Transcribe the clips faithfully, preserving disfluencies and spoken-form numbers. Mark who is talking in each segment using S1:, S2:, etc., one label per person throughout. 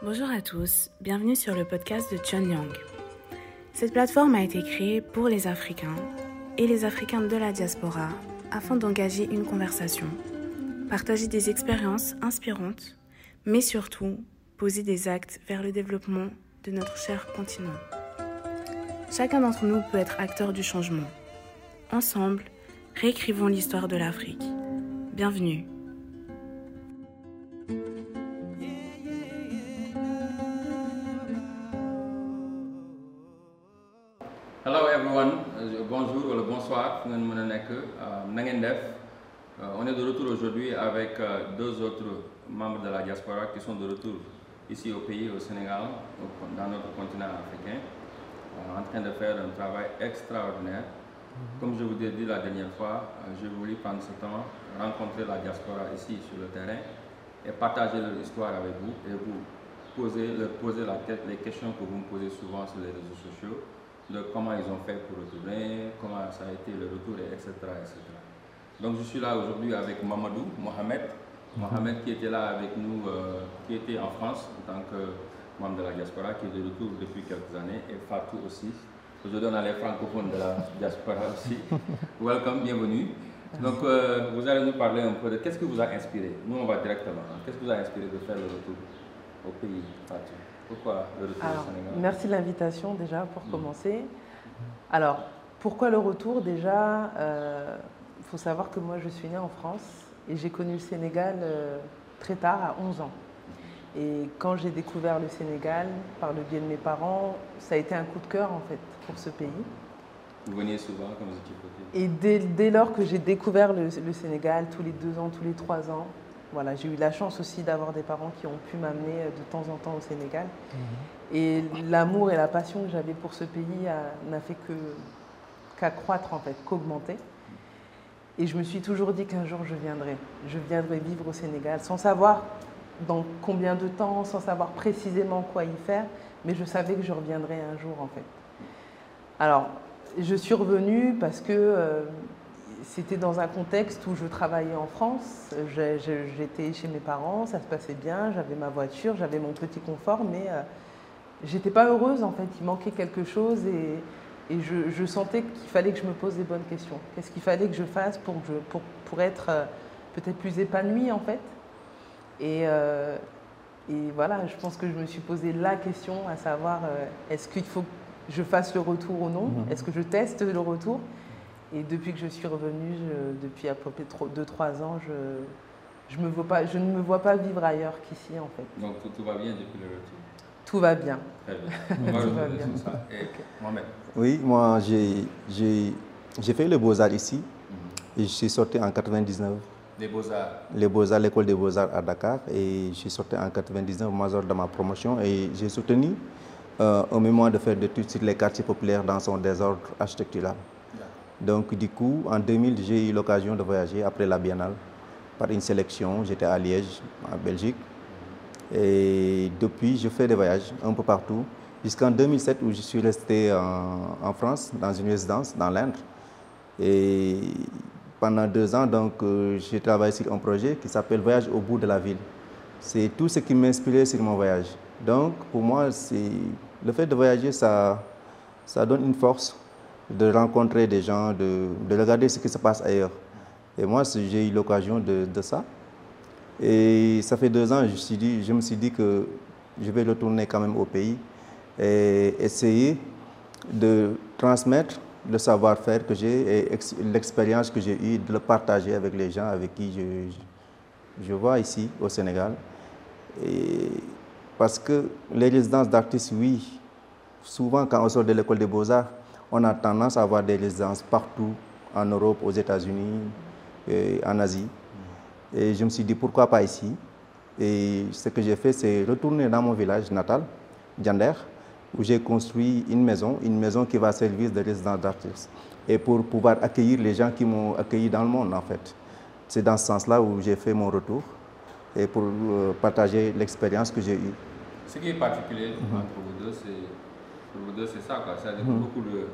S1: Bonjour à tous, bienvenue sur le podcast de John Young. Cette plateforme a été créée pour les Africains et les Africains de la diaspora afin d'engager une conversation, partager des expériences inspirantes, mais surtout poser des actes vers le développement de notre cher continent. Chacun d'entre nous peut être acteur du changement. Ensemble, réécrivons l'histoire de l'Afrique. Bienvenue.
S2: Hello everyone, bonjour ou bonsoir, on est de retour aujourd'hui avec deux autres membres de la diaspora qui sont de retour ici au pays, au Sénégal, dans notre continent africain, en train de faire un travail extraordinaire. Comme je vous ai dit la dernière fois, j'ai voulu prendre ce temps, rencontrer la diaspora ici sur le terrain et partager leur histoire avec vous et vous poser, leur poser la tête, les questions que vous me posez souvent sur les réseaux sociaux, de comment ils ont fait pour retourner, comment ça a été le retour, et cetera, et cetera. Donc je suis là aujourd'hui avec Mamadou, Mohamed, Mohamed qui était là avec nous, euh, qui était en France en tant que membre de la diaspora, qui est de retour depuis quelques années, et Fatou aussi. Aujourd'hui on a les francophones de la diaspora aussi. Welcome, bienvenue. Donc euh, vous allez nous parler un peu de qu'est-ce qui vous a inspiré. Nous on va directement. Qu'est-ce qui vous a inspiré de faire le retour au pays, Fatou? Pourquoi le retour
S3: Alors,
S2: au Sénégal?
S3: Merci de l'invitation déjà pour commencer. Alors, pourquoi le retour? Déjà, il euh, faut savoir que moi je suis née en France et j'ai connu le Sénégal euh, très tard, à onze ans. Et quand j'ai découvert le Sénégal, par le biais de mes parents, ça a été un coup de cœur en fait pour ce pays.
S2: Vous veniez souvent quand vous étiez petite? Et
S3: dès, dès lors que j'ai découvert le, le Sénégal, tous les deux ans, tous les trois ans, voilà, j'ai eu la chance aussi d'avoir des parents qui ont pu m'amener de temps en temps au Sénégal. Mmh. Et l'amour et la passion que j'avais pour ce pays n'a fait que, qu'accroître en fait, qu'augmenter. Et je me suis toujours dit qu'un jour je viendrai. Je viendrai vivre au Sénégal sans savoir dans combien de temps, sans savoir précisément quoi y faire, mais je savais que je reviendrais un jour en fait. Alors, je suis revenue parce que euh, c'était dans un contexte où je travaillais en France, j'étais chez mes parents, ça se passait bien, j'avais ma voiture, j'avais mon petit confort, mais euh, j'étais pas heureuse en fait, il manquait quelque chose et, et je, je sentais qu'il fallait que je me pose des bonnes questions. Qu'est-ce qu'il fallait que je fasse pour, que je, pour, pour être euh, peut-être plus épanouie en fait. Et, euh, et voilà, je pense que je me suis posé la question à savoir, euh, est-ce qu'il faut que je fasse le retour ou non? Mmh. Est-ce que je teste le retour? Et depuis que je suis revenue, je, depuis à peu près deux trois ans, je, je, me vois pas, je ne me vois pas vivre ailleurs qu'ici en fait.
S2: Donc tout, tout va bien depuis le retour?
S3: Tout va bien.
S2: Très bien. Moi, tout va bien. Ça. Et okay. Mohamed?
S4: Oui, moi j'ai fait le Beaux-Arts ici mm-hmm. et je suis sorti en quatre-vingt-dix-neuf.
S2: Les Beaux-Arts? Les
S4: Beaux-Arts, l'école des Beaux-Arts à Dakar. Et je suis sorti en quatre-vingt-dix-neuf, major de ma promotion. Et j'ai soutenu euh, un mémoire de faire d'études sur les quartiers populaires dans son désordre architectural. Donc du coup, en deux mille, j'ai eu l'occasion de voyager après la Biennale par une sélection. J'étais à Liège, en Belgique. Et depuis, je fais des voyages un peu partout, jusqu'en deux mille sept où je suis resté en, en France, dans une résidence, dans l'Indre. Et pendant deux ans, donc, euh, j'ai travaillé sur un projet qui s'appelle Voyage au bout de la ville. C'est tout ce qui m'inspirait sur mon voyage. Donc, pour moi, le fait de voyager, ça, ça donne une force de rencontrer des gens, de, de regarder ce qui se passe ailleurs. Et moi, j'ai eu l'occasion de, de ça. Et ça fait deux ans, je, suis dit, je me suis dit que je vais retourner quand même au pays et essayer de transmettre le savoir-faire que j'ai et l'expérience que j'ai eue, de le partager avec les gens avec qui je, je vois ici au Sénégal. Et parce que les résidences d'artistes, oui, souvent quand on sort de l'école des Beaux-Arts, on a tendance à avoir des résidences partout, en Europe, aux États-Unis, en Asie. Et je me suis dit, pourquoi pas ici? Et ce que j'ai fait, c'est retourner dans mon village natal, Diender, où j'ai construit une maison, une maison qui va servir de résidence d'artistes. Et pour pouvoir accueillir les gens qui m'ont accueilli dans le monde, en fait. C'est dans ce sens-là où j'ai fait mon retour et pour euh, partager l'expérience que j'ai eue.
S2: Ce qui est particulier mm-hmm. entre vous deux, c'est... Pour vous deux, c'est ça, quoi. C'est-à-dire mmh. beaucoup de,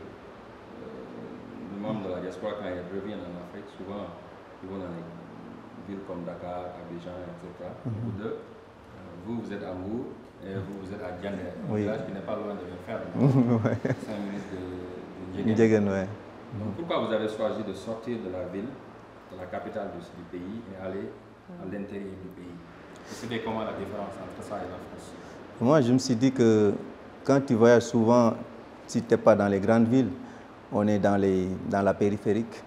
S2: euh, de membres de la diaspora, quand ils reviennent en Afrique, souvent, ils vont dans les villes comme Dakar, Abidjan, et cetera. Mmh. Vous deux, vous, vous êtes à Mbour et vous, vous êtes à Diender, un
S4: oui.
S2: village qui n'est pas loin de Ferme,
S4: ouais.
S2: cinq minutes de, de
S4: Ndiéguène, ouais.
S2: Donc pourquoi vous avez choisi de sortir de la ville, de la capitale du, du pays et aller à l'intérieur du pays? C'était comment la différence entre ça et la France?
S4: Moi, je me suis dit que quand tu voyages souvent, si tu n'es pas dans les grandes villes, on est dans, les, dans la périphérique.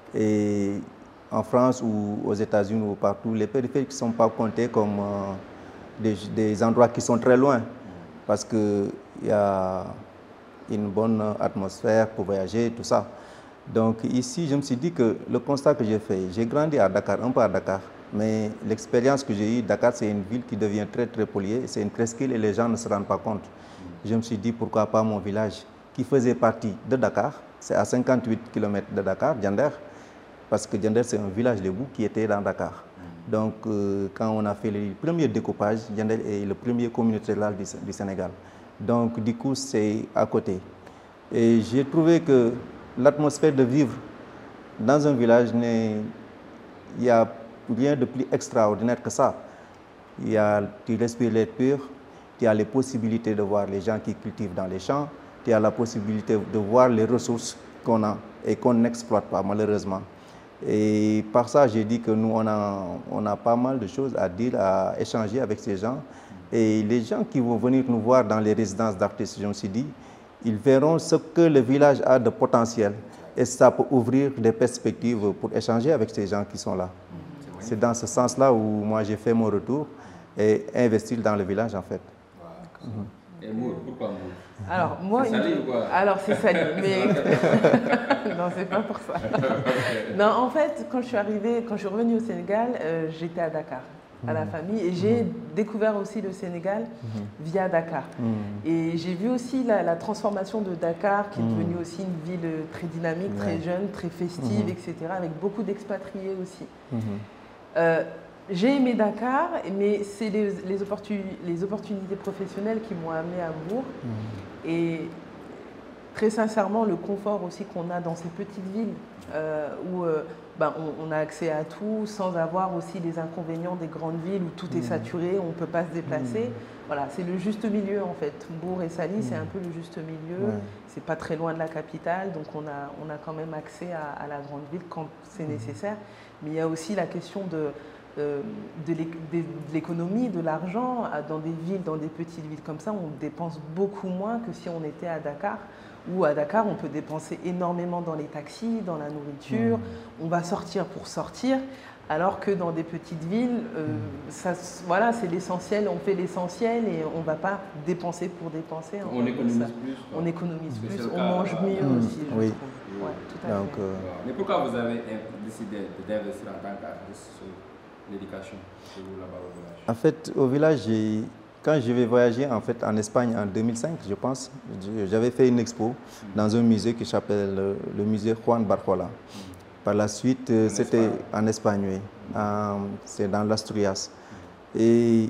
S4: Et en France ou aux États-Unis ou partout, les périphériques ne sont pas comptés comme euh, des, des endroits qui sont très loin. Parce qu'il y a une bonne atmosphère pour voyager, tout ça. Donc ici, je me suis dit que le constat que j'ai fait, j'ai grandi à Dakar, un peu à Dakar, mais l'expérience que j'ai eue, Dakar, c'est une ville qui devient très très polluée, c'est une presqu'île et les gens ne se rendent pas compte. Je me suis dit, pourquoi pas mon village, qui faisait partie de Dakar, c'est à cinquante-huit kilomètres de Dakar, Diender, parce que Diender, c'est un village de bout qui était dans Dakar. Donc, euh, quand on a fait le premier découpage, Diender est le premier communauté rurale du, du Sénégal. Donc, du coup, c'est à côté. Et j'ai trouvé que l'atmosphère de vivre dans un village, il n'y a rien de plus extraordinaire que ça. Il y a, tu respires l'air pur, tu as les possibilités de voir les gens qui cultivent dans les champs, tu as la possibilité de voir les ressources qu'on a et qu'on n'exploite pas, malheureusement. Et par ça, j'ai dit que nous, on a, on a pas mal de choses à dire, à échanger avec ces gens. Et les gens qui vont venir nous voir dans les résidences d'artistes, je me suis dit, ils verront ce que le village a de potentiel. Et ça peut ouvrir des perspectives pour échanger avec ces gens qui sont là. C'est dans ce sens-là où moi j'ai fait mon retour et investir dans le village en fait.
S2: Wow. Mmh. Et Mbour, pourquoi Mbour?
S3: Alors moi,
S2: c'est Sali ou quoi?
S3: Alors c'est Sali, mais non, c'est pas pour ça. Non, en fait, quand je suis arrivée, quand je suis revenue au Sénégal, euh, j'étais à Dakar, à la famille, et j'ai mmh. découvert aussi le Sénégal mmh. via Dakar. Mmh. Et j'ai vu aussi la, la transformation de Dakar, qui est devenue mmh. aussi une ville très dynamique, ouais. très jeune, très festive, mmh. et cetera, avec beaucoup d'expatriés aussi. Mmh. Euh, j'ai aimé Dakar, mais c'est les, les, opportun, les opportunités professionnelles qui m'ont amené à Mbour. Mmh. Et très sincèrement, le confort aussi qu'on a dans ces petites villes, euh, où euh, ben, on, on a accès à tout, sans avoir aussi les inconvénients des grandes villes où tout mmh. est saturé, on ne peut pas se déplacer. Mmh. Voilà, c'est le juste milieu en fait. Mbour et Sali, mmh. c'est un peu le juste milieu. Ouais. C'est pas très loin de la capitale, donc on a, on a quand même accès à, à la grande ville quand c'est mmh. nécessaire. Mais il y a aussi la question de, euh, de l'économie, de l'argent. Dans des villes, dans des petites villes comme ça, on dépense beaucoup moins que si on était à Dakar. Où à Dakar, on peut dépenser énormément dans les taxis, dans la nourriture. Mmh. On va sortir pour sortir. Alors que dans des petites villes, euh, ça, voilà, c'est l'essentiel, on fait l'essentiel et on ne va pas dépenser pour dépenser.
S2: On économise plus.
S3: On économise plus, on mange mieux mmh. aussi, je
S4: oui.
S3: trouve. Ouais, tout à
S4: Donc,
S3: fait.
S4: euh...
S2: Mais pourquoi vous avez décidé d'investir en tant qu'artiste sur l'éducation chez vous là-bas au village?
S4: En fait, au village, quand je vais voyager en, fait, en Espagne en deux mille cinq, je pense, j'avais fait une expo mmh. dans un musée qui s'appelle le musée Juan Barjola. Mmh. Par la suite, c'était en Espagne, oui. Euh, c'est dans l'Asturias. Et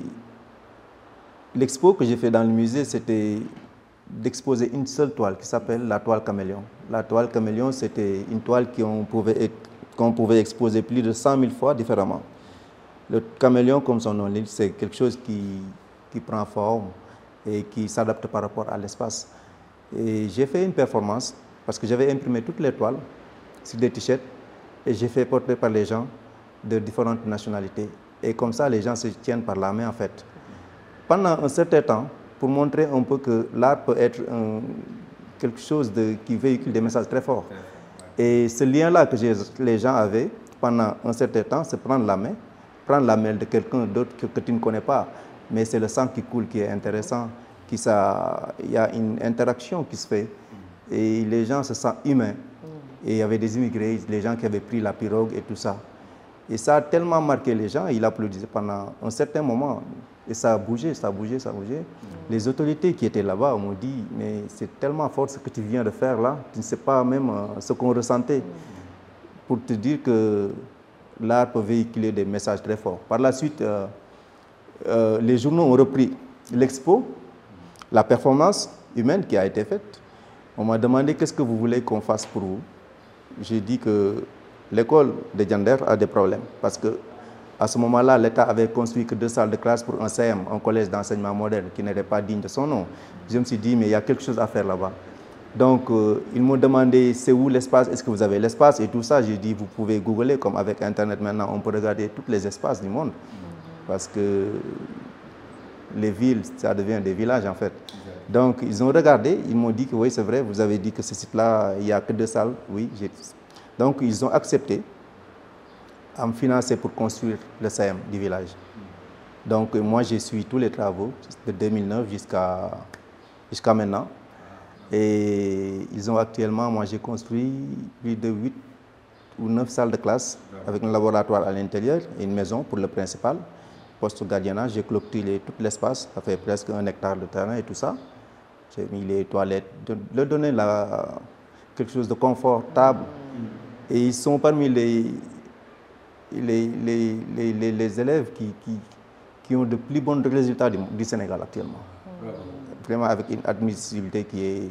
S4: l'expo que j'ai fait dans le musée, c'était d'exposer une seule toile qui s'appelle la toile caméléon. La toile caméléon, c'était une toile qu'on pouvait, qu'on pouvait exposer plus de cent mille fois différemment. Le caméléon, comme son nom l'indique, c'est quelque chose qui, qui prend forme et qui s'adapte par rapport à l'espace. Et j'ai fait une performance parce que j'avais imprimé toutes les toiles sur des t-shirts. Et j'ai fait porter par les gens de différentes nationalités. Et comme ça, les gens se tiennent par la main, en fait. Pendant un certain temps, pour montrer un peu que l'art peut être un, quelque chose de, qui véhicule des messages très forts. Et ce lien-là que les gens avaient, pendant un certain temps, c'est prendre la main, prendre la main de quelqu'un d'autre que, que tu ne connais pas. Mais c'est le sang qui coule qui est intéressant. Qui ça, il y a une interaction qui se fait. Et les gens se sentent humains. Et il y avait des immigrés, les gens qui avaient pris la pirogue et tout ça. Et ça a tellement marqué les gens, ils applaudissaient pendant un certain moment. Et ça a bougé, ça a bougé, ça a bougé. Mmh. Les autorités qui étaient là-bas m'ont dit, mais c'est tellement fort ce que tu viens de faire là, tu ne sais pas même euh, ce qu'on ressentait. Mmh. Pour te dire que l'art peut véhiculer des messages très forts. Par la suite, euh, euh, les journaux ont repris l'expo, la performance humaine qui a été faite. On m'a demandé qu'est-ce que vous voulez qu'on fasse pour vous. J'ai dit que l'école de Diender a des problèmes parce que À ce moment-là, l'État avait construit que deux salles de classe pour un C M, un collège d'enseignement moderne, qui n'était pas digne de son nom. Je me suis dit, mais il y a quelque chose à faire là-bas. Donc, euh, ils m'ont demandé, c'est où l'espace, est-ce que vous avez l'espace et tout ça. J'ai dit, vous pouvez googler, comme avec Internet maintenant, on peut regarder tous les espaces du monde. Parce que les villes, ça devient des villages en fait. Donc, ils ont regardé, ils m'ont dit que oui, c'est vrai, vous avez dit que ce site-là, il n'y a que deux salles. Oui, j'ai... Donc, ils ont accepté à me financer pour construire le C M du village. Donc, moi, j'ai suivi tous les travaux de deux mille neuf jusqu'à jusqu'à maintenant. Et ils ont actuellement, moi, j'ai construit plus de huit ou neuf salles de classe avec un laboratoire à l'intérieur et une maison pour le principal. Poste gardiennage, j'ai clôturé tout l'espace, ça fait presque un hectare de terrain et tout ça. J'ai mis les toilettes, de, de donner la, quelque chose de confortable. Et ils sont parmi les, les, les, les, les, les élèves qui, qui, qui ont de plus bons résultats du, du Sénégal actuellement. Vraiment avec une admissibilité qui est...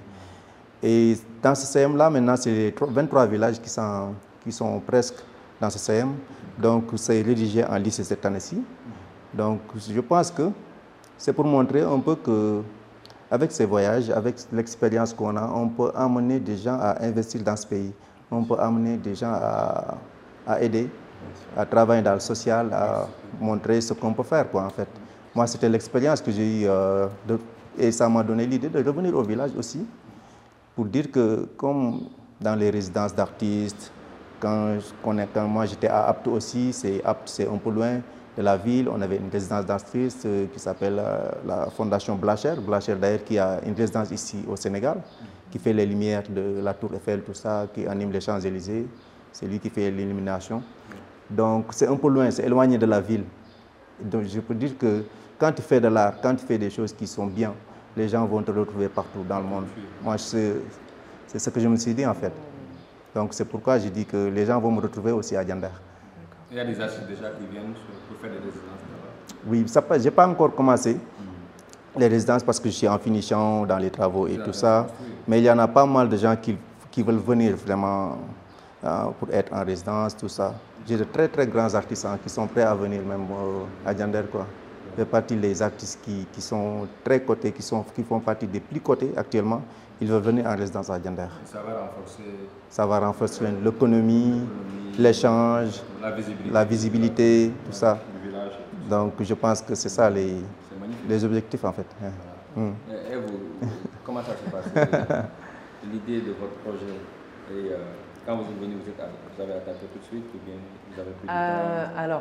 S4: Et dans ce C M-là, maintenant, c'est les vingt-trois villages qui sont, qui sont presque dans ce C M. Donc, c'est rédigé en lycée cette année-ci. Donc, je pense que c'est pour montrer un peu qu'avec ces voyages, avec l'expérience qu'on a, on peut amener des gens à investir dans ce pays. On peut amener des gens à, à aider, à travailler dans le social, à montrer ce qu'on peut faire, quoi, en fait. Moi, c'était l'expérience que j'ai eue euh, de, et ça m'a donné l'idée de revenir au village aussi pour dire que, comme dans les résidences d'artistes, quand, quand moi j'étais à Apt aussi, c'est Apt, c'est un peu loin de la ville, on avait une résidence d'artistes euh, qui s'appelle euh, la Fondation Blacher, Blacher d'ailleurs qui a une résidence ici au Sénégal, qui fait les lumières de la Tour Eiffel, tout ça, qui anime les Champs-Élysées, c'est lui qui fait l'illumination. Donc c'est un peu loin, c'est éloigné de la ville. Donc je peux dire que quand tu fais de l'art, quand tu fais des choses qui sont bien, les gens vont te retrouver partout dans le monde. Moi, c'est ce que je me suis dit en fait. Donc c'est pourquoi je dis que les gens vont me retrouver aussi à Diender.
S2: Il y a des artistes déjà qui viennent pour faire des résidences là-bas?
S4: Oui, je n'ai pas encore commencé mmh. les résidences parce que je suis en finition dans les travaux et tout ça. Mais il y en a pas mal de gens qui, qui veulent venir vraiment euh, pour être en résidence, tout ça. J'ai de très très grands artistes hein, qui sont prêts à venir même euh, à Diender, quoi. Je fais partie des artistes qui, qui sont très cotés, qui, sont, qui font partie des plus cotés actuellement. Ils veulent venir en résidence à Diender.
S2: Ça va renforcer,
S4: ça va renforcer l'économie, l'échange,
S2: la visibilité,
S4: la visibilité tout ça.
S2: Du village.
S4: Donc je pense que c'est ça les, les objectifs en fait.
S2: Voilà. Mmh. Et, et vous, comment ça se passe l'idée de votre projet et, euh, quand vous êtes venu, vous, êtes, vous avez attaqué tout de suite ou bien vous avez pris du
S3: euh,
S2: temps?
S3: Alors,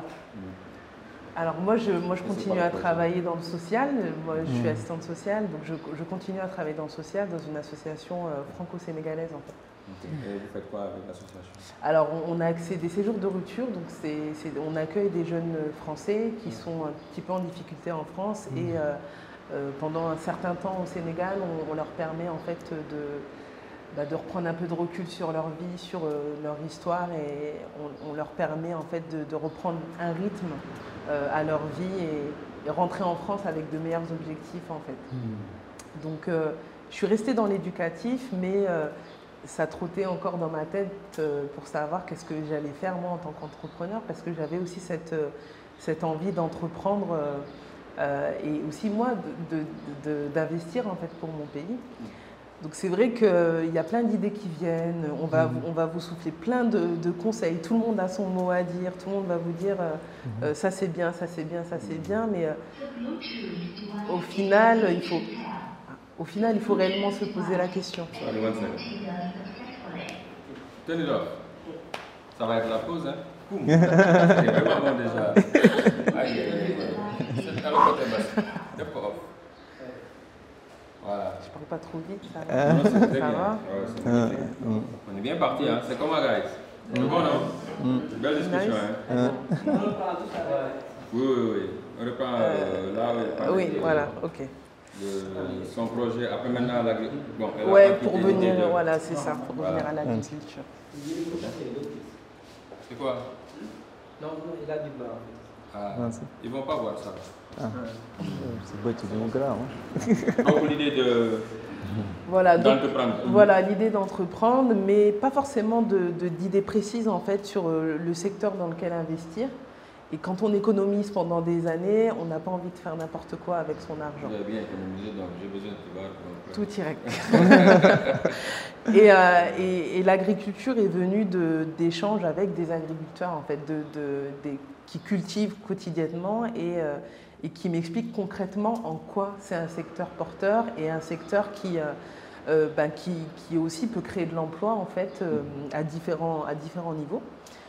S3: mmh. alors moi je, moi, je continue à travailler dans le social. Moi je mmh. suis assistante sociale, donc je, je continue à travailler dans le social, dans une association euh, franco-sénégalaise en fait.
S2: Okay. Et vous faites quoi avec l'association?
S3: Alors, on a accès des séjours de rupture, donc c'est, c'est, on accueille des jeunes Français qui sont un petit peu en difficulté en France mmh. et euh, euh, pendant un certain temps au Sénégal, on, on leur permet en fait de, bah, de reprendre un peu de recul sur leur vie, sur euh, leur histoire et on, on leur permet en fait de, de reprendre un rythme euh, à leur vie et, et rentrer en France avec de meilleurs objectifs en fait. Mmh. Donc, euh, je suis restée dans l'éducatif, mais euh, ça trottait encore dans ma tête pour savoir qu'est-ce que j'allais faire moi en tant qu'entrepreneur parce que j'avais aussi cette, cette envie d'entreprendre euh, et aussi moi de, de, de, d'investir en fait pour mon pays. Donc c'est vrai qu'il y a plein d'idées qui viennent, on va, on va vous souffler plein de, de conseils, tout le monde a son mot à dire, tout le monde va vous dire euh, euh, ça c'est bien, ça c'est bien, ça c'est bien, mais euh, au final il faut... Au final, il faut réellement se poser la question.
S2: Allez, tenez là. Ça va être la pause, hein? Boum. C'est vraiment bon déjà. Aïe, aïe, aïe. C'est à l'autre côté, c'est pas off. Voilà.
S3: Je parle pas trop vite, ça
S2: va. Euh, non, c'est très
S3: ça
S2: bien.
S3: va
S2: Ouais, c'est euh, euh. On est bien parti, hein? C'est comment, guys? C'est bon, non? Mm. Belle discussion, nice. Hein? Euh. Oui, oui, oui. On reprend euh, là.
S3: Euh, oui, voilà, ok.
S2: De son projet, après maintenant, la, bon, elle
S3: ouais,
S2: a
S3: pour venir,
S2: de...
S3: voilà, c'est ça, pour
S2: voilà.
S3: revenir à l'agriculture.
S2: C'est quoi?
S5: Non, non, il a du blanc.
S2: Ah, ils vont pas voir ça.
S4: Ah. C'est beau, c'est mon gras. Hein.
S2: Donc l'idée de...
S3: Voilà,
S2: d'entreprendre.
S3: Voilà, l'idée d'entreprendre, mais pas forcément de, de, d'idées précises en fait sur le secteur dans lequel investir. Et quand on économise pendant des années, on n'a pas envie de faire n'importe quoi avec son argent.
S2: Vous avez bien économisé, donc j'ai besoin de pouvoir.
S3: Tout irait. et euh, et, et l'agriculture est venue d'échanges avec des agriculteurs en fait, de, de, de, qui cultivent quotidiennement et, euh, et qui m'expliquent concrètement en quoi c'est un secteur porteur et un secteur qui, euh, euh, ben, qui, qui aussi peut créer de l'emploi en fait, euh, à, différents, à différents niveaux.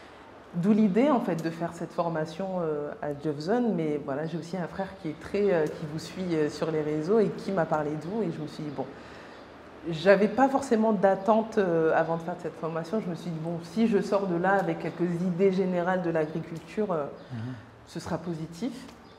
S3: D'où l'idée en fait de faire cette formation euh, à Jobzone, mais voilà, j'ai aussi un frère qui est très, euh, qui vous suit euh, sur les réseaux et qui m'a parlé de vous et je me suis dit bon, j'avais pas forcément d'attente euh, avant de faire cette formation. Je me suis dit bon, si je sors de là avec quelques idées générales de l'agriculture, euh, mmh. ce sera positif.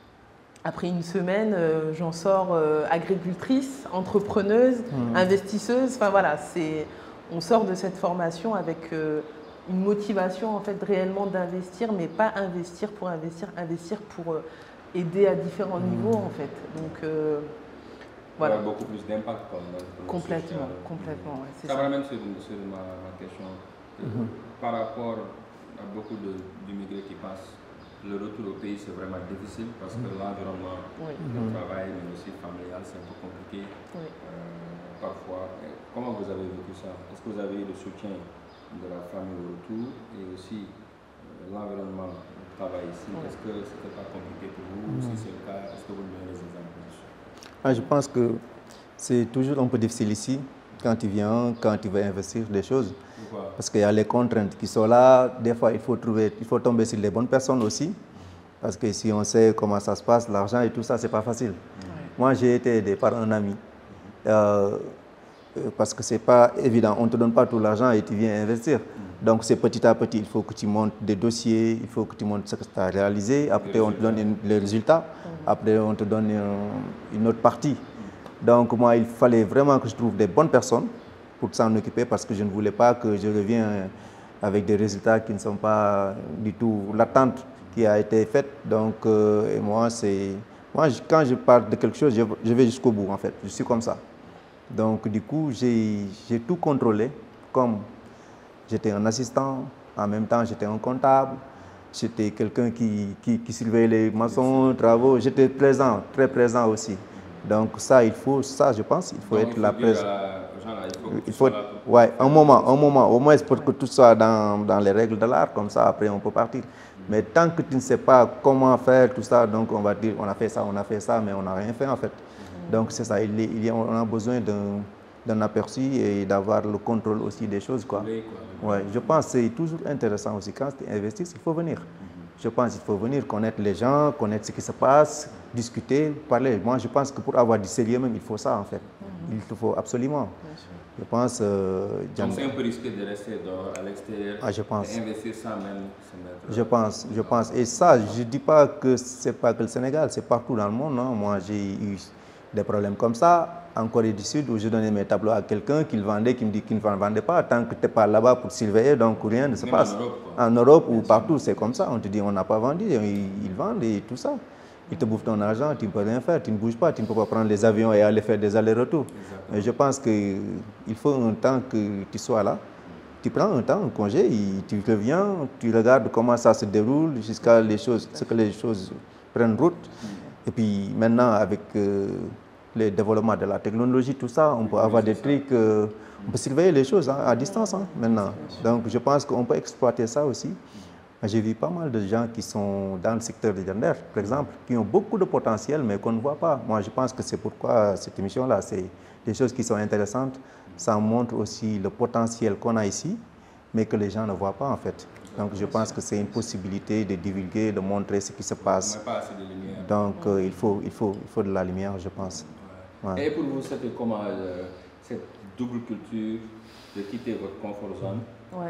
S3: Après une semaine, euh, j'en sors euh, agricultrice, entrepreneuse, mmh. investisseuse. Enfin voilà, c'est, on sort de cette formation avec euh, une motivation en fait réellement d'investir, mais pas investir pour investir, investir pour euh, aider à différents mmh. niveaux en fait. Donc euh, voilà.
S2: Il y a beaucoup plus d'impact.
S3: Complètement, complètement. Ouais,
S2: ça me ramène sur, sur ma, ma question. Mmh. Par rapport à beaucoup d'immigrés qui passent, le retour au pays c'est vraiment difficile parce que mmh. l'environnement, oui. le mmh. travail, mais aussi familial, c'est un peu compliqué. Oui. Euh, parfois, comment vous avez vécu ça? Est-ce que vous avez eu le soutien de la famille au retour et aussi euh, l'environnement du travail ici? Oui. Est-ce que c'était pas compliqué pour vous? Mmh. Si c'est le cas, est-ce que vous me donnez les exemples?
S4: Ah, je pense que c'est toujours un peu difficile ici, quand tu viens, quand tu veux investir des choses. Pourquoi? Parce qu'il y a les contraintes qui sont là. Des fois, il faut, trouver, il faut tomber sur les bonnes personnes aussi. Parce que si on sait comment ça se passe, l'argent et tout ça, c'est pas facile. Ouais. Moi, j'ai été aidé par un ami. Euh, parce que c'est pas évident. On ne te donne pas tout l'argent et tu viens investir. Donc, c'est petit à petit. Il faut que tu montes des dossiers, il faut que tu montes ce que tu as réalisé. Après, on te donne une, les résultats. Après, on te donne une, une autre partie. Donc, moi, il fallait vraiment que je trouve des bonnes personnes pour s'en occuper parce que je ne voulais pas que je revienne avec des résultats qui ne sont pas du tout l'attente qui a été faite. Donc, euh, et moi, c'est moi, je, quand je parle de quelque chose, je, je vais jusqu'au bout, en fait. Je suis comme ça. Donc, du coup, j'ai tout contrôlé. Comme j'étais un assistant, en même temps, j'étais un comptable. J'étais quelqu'un qui, qui, qui surveillait les maçons, travaux. J'étais présent, très présent aussi. Donc ça, il faut, ça, je pense, il faut
S2: Donc,
S4: être
S2: il faut
S4: la présence.
S2: Il,
S4: il faut, être, ouais, un moment, un moment, au moins pour que tout soit dans, dans les règles de l'art, comme ça, après on peut partir. Mais tant que tu ne sais pas comment faire tout ça, donc on va dire, on a fait ça, on a fait ça, mais on n'a rien fait en fait. Donc c'est ça, il, il y a, on a besoin d'un aperçu et d'avoir le contrôle aussi des choses, quoi. Ouais, je pense que c'est toujours intéressant aussi. Quand tu investis, il faut venir. Je pense qu'il faut venir connaître les gens, connaître ce qui se passe, discuter, parler. Moi, je pense que pour avoir du sérieux même, il faut ça, en fait. Mm-hmm. Il te faut absolument. Je pense... Euh,
S2: Donc, c'est un peu risqué de rester dehors, à l'extérieur,
S4: ah, je pense.
S2: et investir sans même se mettre...
S4: Je pense, je pense. Et ça, je ne dis pas que ce n'est pas que le Sénégal, c'est partout dans le monde. Non? Moi, j'ai eu des problèmes comme ça en Corée du Sud où je donnais mes tableaux à quelqu'un qui le vendait, qui me dit qu'il ne vendait pas. Tant que tu n'es pas là-bas pour surveiller, donc rien ne se
S2: même
S4: passe.
S2: En Europe,
S4: en Europe ou partout, c'est comme ça. On te dit on n'a pas vendu, ils, ils vendent et tout ça. Ils te bouffent ton argent, tu ne peux rien faire, tu ne bouges pas, tu ne peux pas prendre les avions et aller faire des allers-retours. Mais je pense qu'il faut un temps que tu sois là. Tu prends un temps, un congé, et tu reviens, tu regardes comment ça se déroule jusqu'à les choses, ce que les choses prennent route. Et puis maintenant, avec euh, le développement de la technologie, tout ça, on peut avoir des trucs, euh, on peut surveiller les choses hein, à distance hein, maintenant. Donc je pense qu'on peut exploiter ça aussi. J'ai vu pas mal de gens qui sont dans le secteur de Diender, par exemple, qui ont beaucoup de potentiel, mais qu'on ne voit pas. Moi, je pense que c'est pourquoi cette émission-là, c'est des choses qui sont intéressantes. Ça montre aussi le potentiel qu'on a ici, mais que les gens ne voient pas en fait. Donc je pense que c'est une possibilité de divulguer, de montrer ce qui se passe. Donc euh, il, faut, il, faut, il faut de la lumière, je pense.
S2: Ouais. Et pour vous, c'était comment euh, cette double culture de quitter votre confort zone,
S3: ouais.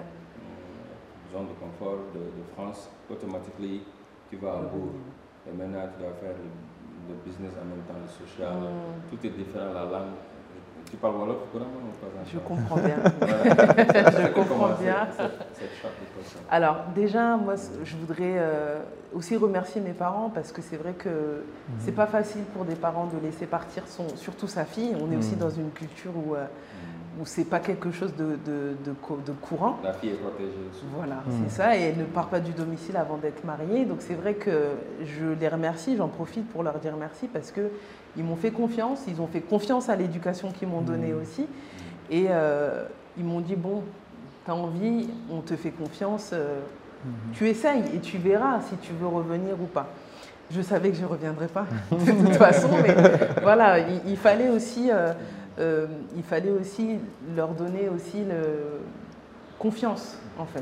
S2: euh, zone de confort de, de France, automatiquement tu vas à Bourg et maintenant tu dois faire le, le business en même temps, le social, mm. tout est différent, la langue. Tu parles wolof couramment ou pas?
S3: Je comprends bien. Je comprends bien.
S2: Cette, cette
S3: Alors déjà, moi, je voudrais euh, aussi remercier mes parents parce que c'est vrai que mmh. c'est pas facile pour des parents de laisser partir son, surtout sa fille. On est mmh. aussi dans une culture où euh, où c'est pas quelque chose de, de, de, de courant.
S2: La fille est protégée aussi.
S3: Voilà,
S4: Mmh.
S3: c'est ça, et elle ne part pas du domicile avant d'être mariée. Donc c'est vrai que je les remercie, j'en profite pour leur dire merci parce qu'ils m'ont fait confiance, ils ont fait confiance à l'éducation qu'ils m'ont donnée
S4: Mmh.
S3: aussi. Et euh, ils m'ont dit, bon, tu as envie, on te fait confiance, euh, mmh. tu essayes et tu verras si tu veux revenir ou pas. Je savais que je ne reviendrais pas de toute façon, mais voilà, il, il fallait aussi... Euh, Euh, il fallait aussi leur donner aussi le... confiance, en fait.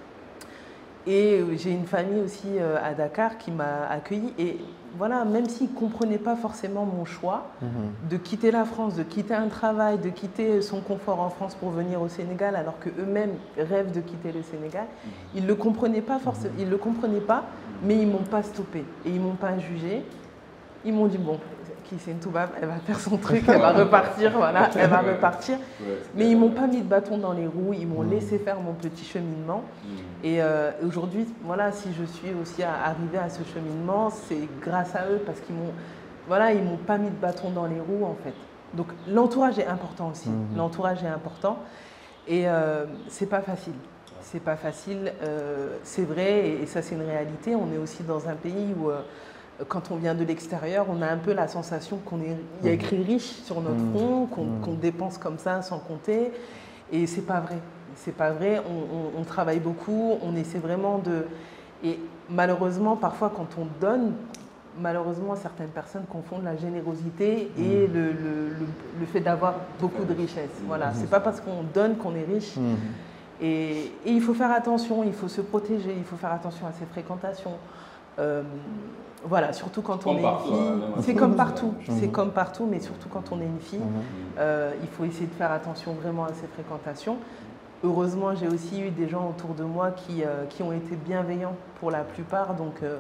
S3: Et j'ai une famille aussi euh, à Dakar qui m'a accueillie. Et voilà, même s'ils ne comprenaient pas forcément mon choix mmh. de quitter la France, de quitter un travail, de quitter son confort en France pour venir au Sénégal, alors qu'eux-mêmes rêvent de quitter le Sénégal, ils ne le comprenaient pas forcément, ils le comprenaient pas, mais ils ne m'ont pas stoppé et ils ne m'ont pas jugé. Ils m'ont dit, bon, qui c'est une Toubab, elle va faire son truc, elle va repartir, voilà, elle va repartir. Mais ils ne m'ont pas mis de bâton dans les roues, ils m'ont mmh. laissé faire mon petit cheminement. Mmh. Et euh, aujourd'hui, voilà, si je suis aussi arrivée à ce cheminement, c'est grâce à eux parce qu'ils m'ont, voilà, ils m'ont pas mis de bâton dans les roues en fait. Donc l'entourage est important aussi, mmh. l'entourage est important. Et euh, c'est pas facile. C'est pas facile, euh, c'est vrai, et, et ça c'est une réalité. On est aussi dans un pays où euh, quand on vient de l'extérieur, on a un peu la sensation qu'on est, il y a écrit riche sur notre front, qu'on qu'on dépense comme ça sans compter. Et c'est pas vrai. C'est pas vrai. On, on, on travaille beaucoup, on essaie vraiment de. Et malheureusement, parfois, quand on donne, malheureusement, certaines personnes confondent la générosité et le, le, le, le fait d'avoir beaucoup de richesse. Voilà. C'est pas parce qu'on donne qu'on est riche. Et, et il faut faire attention, il faut se protéger, il faut faire attention à ses fréquentations. Euh, Voilà, surtout quand
S2: comme
S3: on est
S2: partout,
S3: une fille,
S2: hein,
S3: c'est comme partout, c'est comme partout, mais surtout quand on est une fille, euh, il faut essayer de faire attention vraiment à ses fréquentations. Heureusement, j'ai aussi eu des gens autour de moi qui, euh, qui ont été bienveillants pour la plupart, donc euh,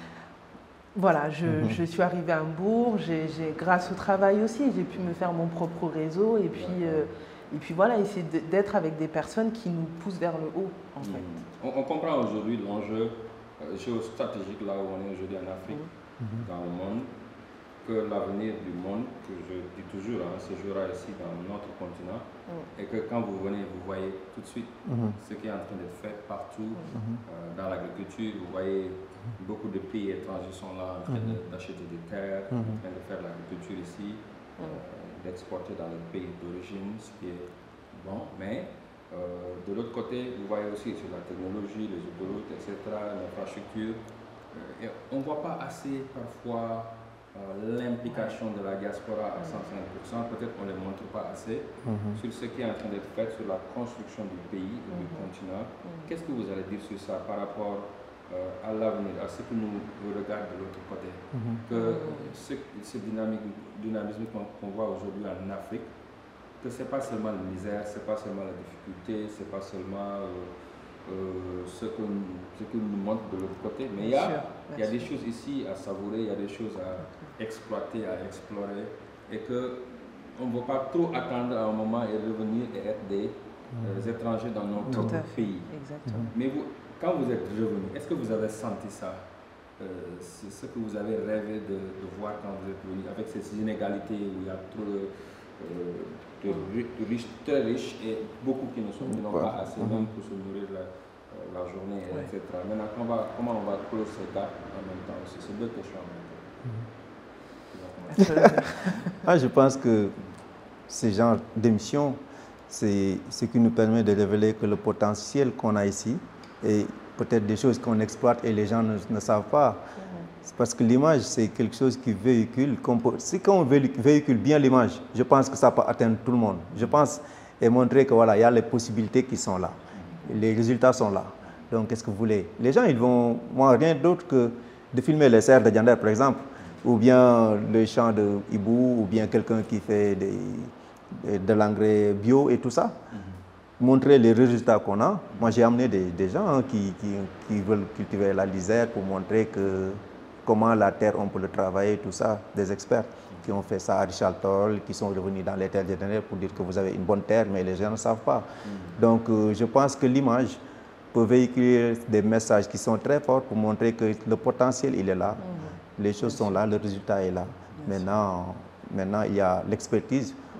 S3: voilà, je, mm-hmm. je suis arrivée à Hambourg, j'ai, j'ai, grâce au travail aussi, j'ai pu me faire mon propre réseau et puis, euh, et puis voilà, essayer d'être avec des personnes qui nous poussent vers le haut, en fait.
S2: Mm. On, on comprend aujourd'hui l'enjeu géostratégique là où on est aujourd'hui en Afrique, mmh. dans le monde, que l'avenir du monde, que je dis toujours, hein, se jouera ici dans notre continent, mmh. et que quand vous venez, vous voyez tout de suite mmh. ce qui est en train d'être fait partout, mmh. euh, dans l'agriculture, vous voyez beaucoup de pays étrangers sont là en train mmh. d'acheter des terres, mmh. en train de faire l'agriculture ici, mmh. euh, d'exporter dans les pays d'origine, ce qui est bon, mais Euh, de l'autre côté, vous voyez aussi sur la technologie, les autoroutes, et cetera, l'infrastructure. Euh, et on ne voit pas assez parfois euh, l'implication de la diaspora à cent cinquante pour cent. Peut-être qu'on ne les montre pas assez mm-hmm. sur ce qui est en train d'être fait sur la construction du pays et mm-hmm. du continent. Mm-hmm. Qu'est-ce que vous allez dire sur ça par rapport euh, à l'avenir, à ce que nous regardons de l'autre côté mm-hmm. Que ce, ce dynamique, dynamisme qu'on qu'on voit aujourd'hui en Afrique, que ce n'est pas seulement la misère, ce n'est pas seulement la difficulté, ce n'est pas seulement euh, euh, ce, que nous, ce que nous montre de l'autre côté, mais il y, a, il y a des choses ici à savourer, il y a des choses à exploiter, à explorer, et qu'on ne va pas trop attendre à un moment et revenir et être des mmh. euh, étrangers dans notre pays.
S3: Exactement.
S2: Mais vous, quand vous êtes revenu, est-ce que vous avez senti ça euh, c'est ce que vous avez rêvé de, de voir quand vous êtes venu, avec ces inégalités où il y a trop de... Euh, de, de riches, très riches et beaucoup qui ne sont qui n'ont ouais. pas assez même pour se nourrir la, la journée, ouais. et cetera. Maintenant, comment on va, comment on va clore ce gap en même temps aussi? C'est deux questions en même temps.
S4: Ah, je pense que ce genre d'émission, c'est ce qui nous permet de révéler que le potentiel qu'on a ici et peut-être des choses qu'on exploite et les gens ne, ne savent pas. C'est parce que l'image, c'est quelque chose qui véhicule. Si quand on véhicule bien l'image, je pense que ça peut atteindre tout le monde. Je pense et montrer que voilà, il y a les possibilités qui sont là. Les résultats sont là. Donc, qu'est-ce que vous voulez? Les gens, ils vont, moi, rien d'autre que de filmer les serres de Diender, par exemple, ou bien le champ de hibou, ou bien quelqu'un qui fait des, de l'engrais bio et tout ça. Mm-hmm. Montrer les résultats qu'on a. Moi, j'ai amené des, des gens hein, qui, qui, qui veulent cultiver la lizère pour montrer que comment la terre, on peut le travailler, tout ça, des experts qui ont fait ça à Richard Toll, qui sont revenus dans les terres de pour dire que vous avez une bonne terre, mais les gens ne savent pas. Mm. Donc, euh, je pense que l'image peut véhiculer des messages qui sont très forts pour montrer que le potentiel, il est là, mm. les choses sont là, le résultat est là. Maintenant, maintenant, il y a l'expertise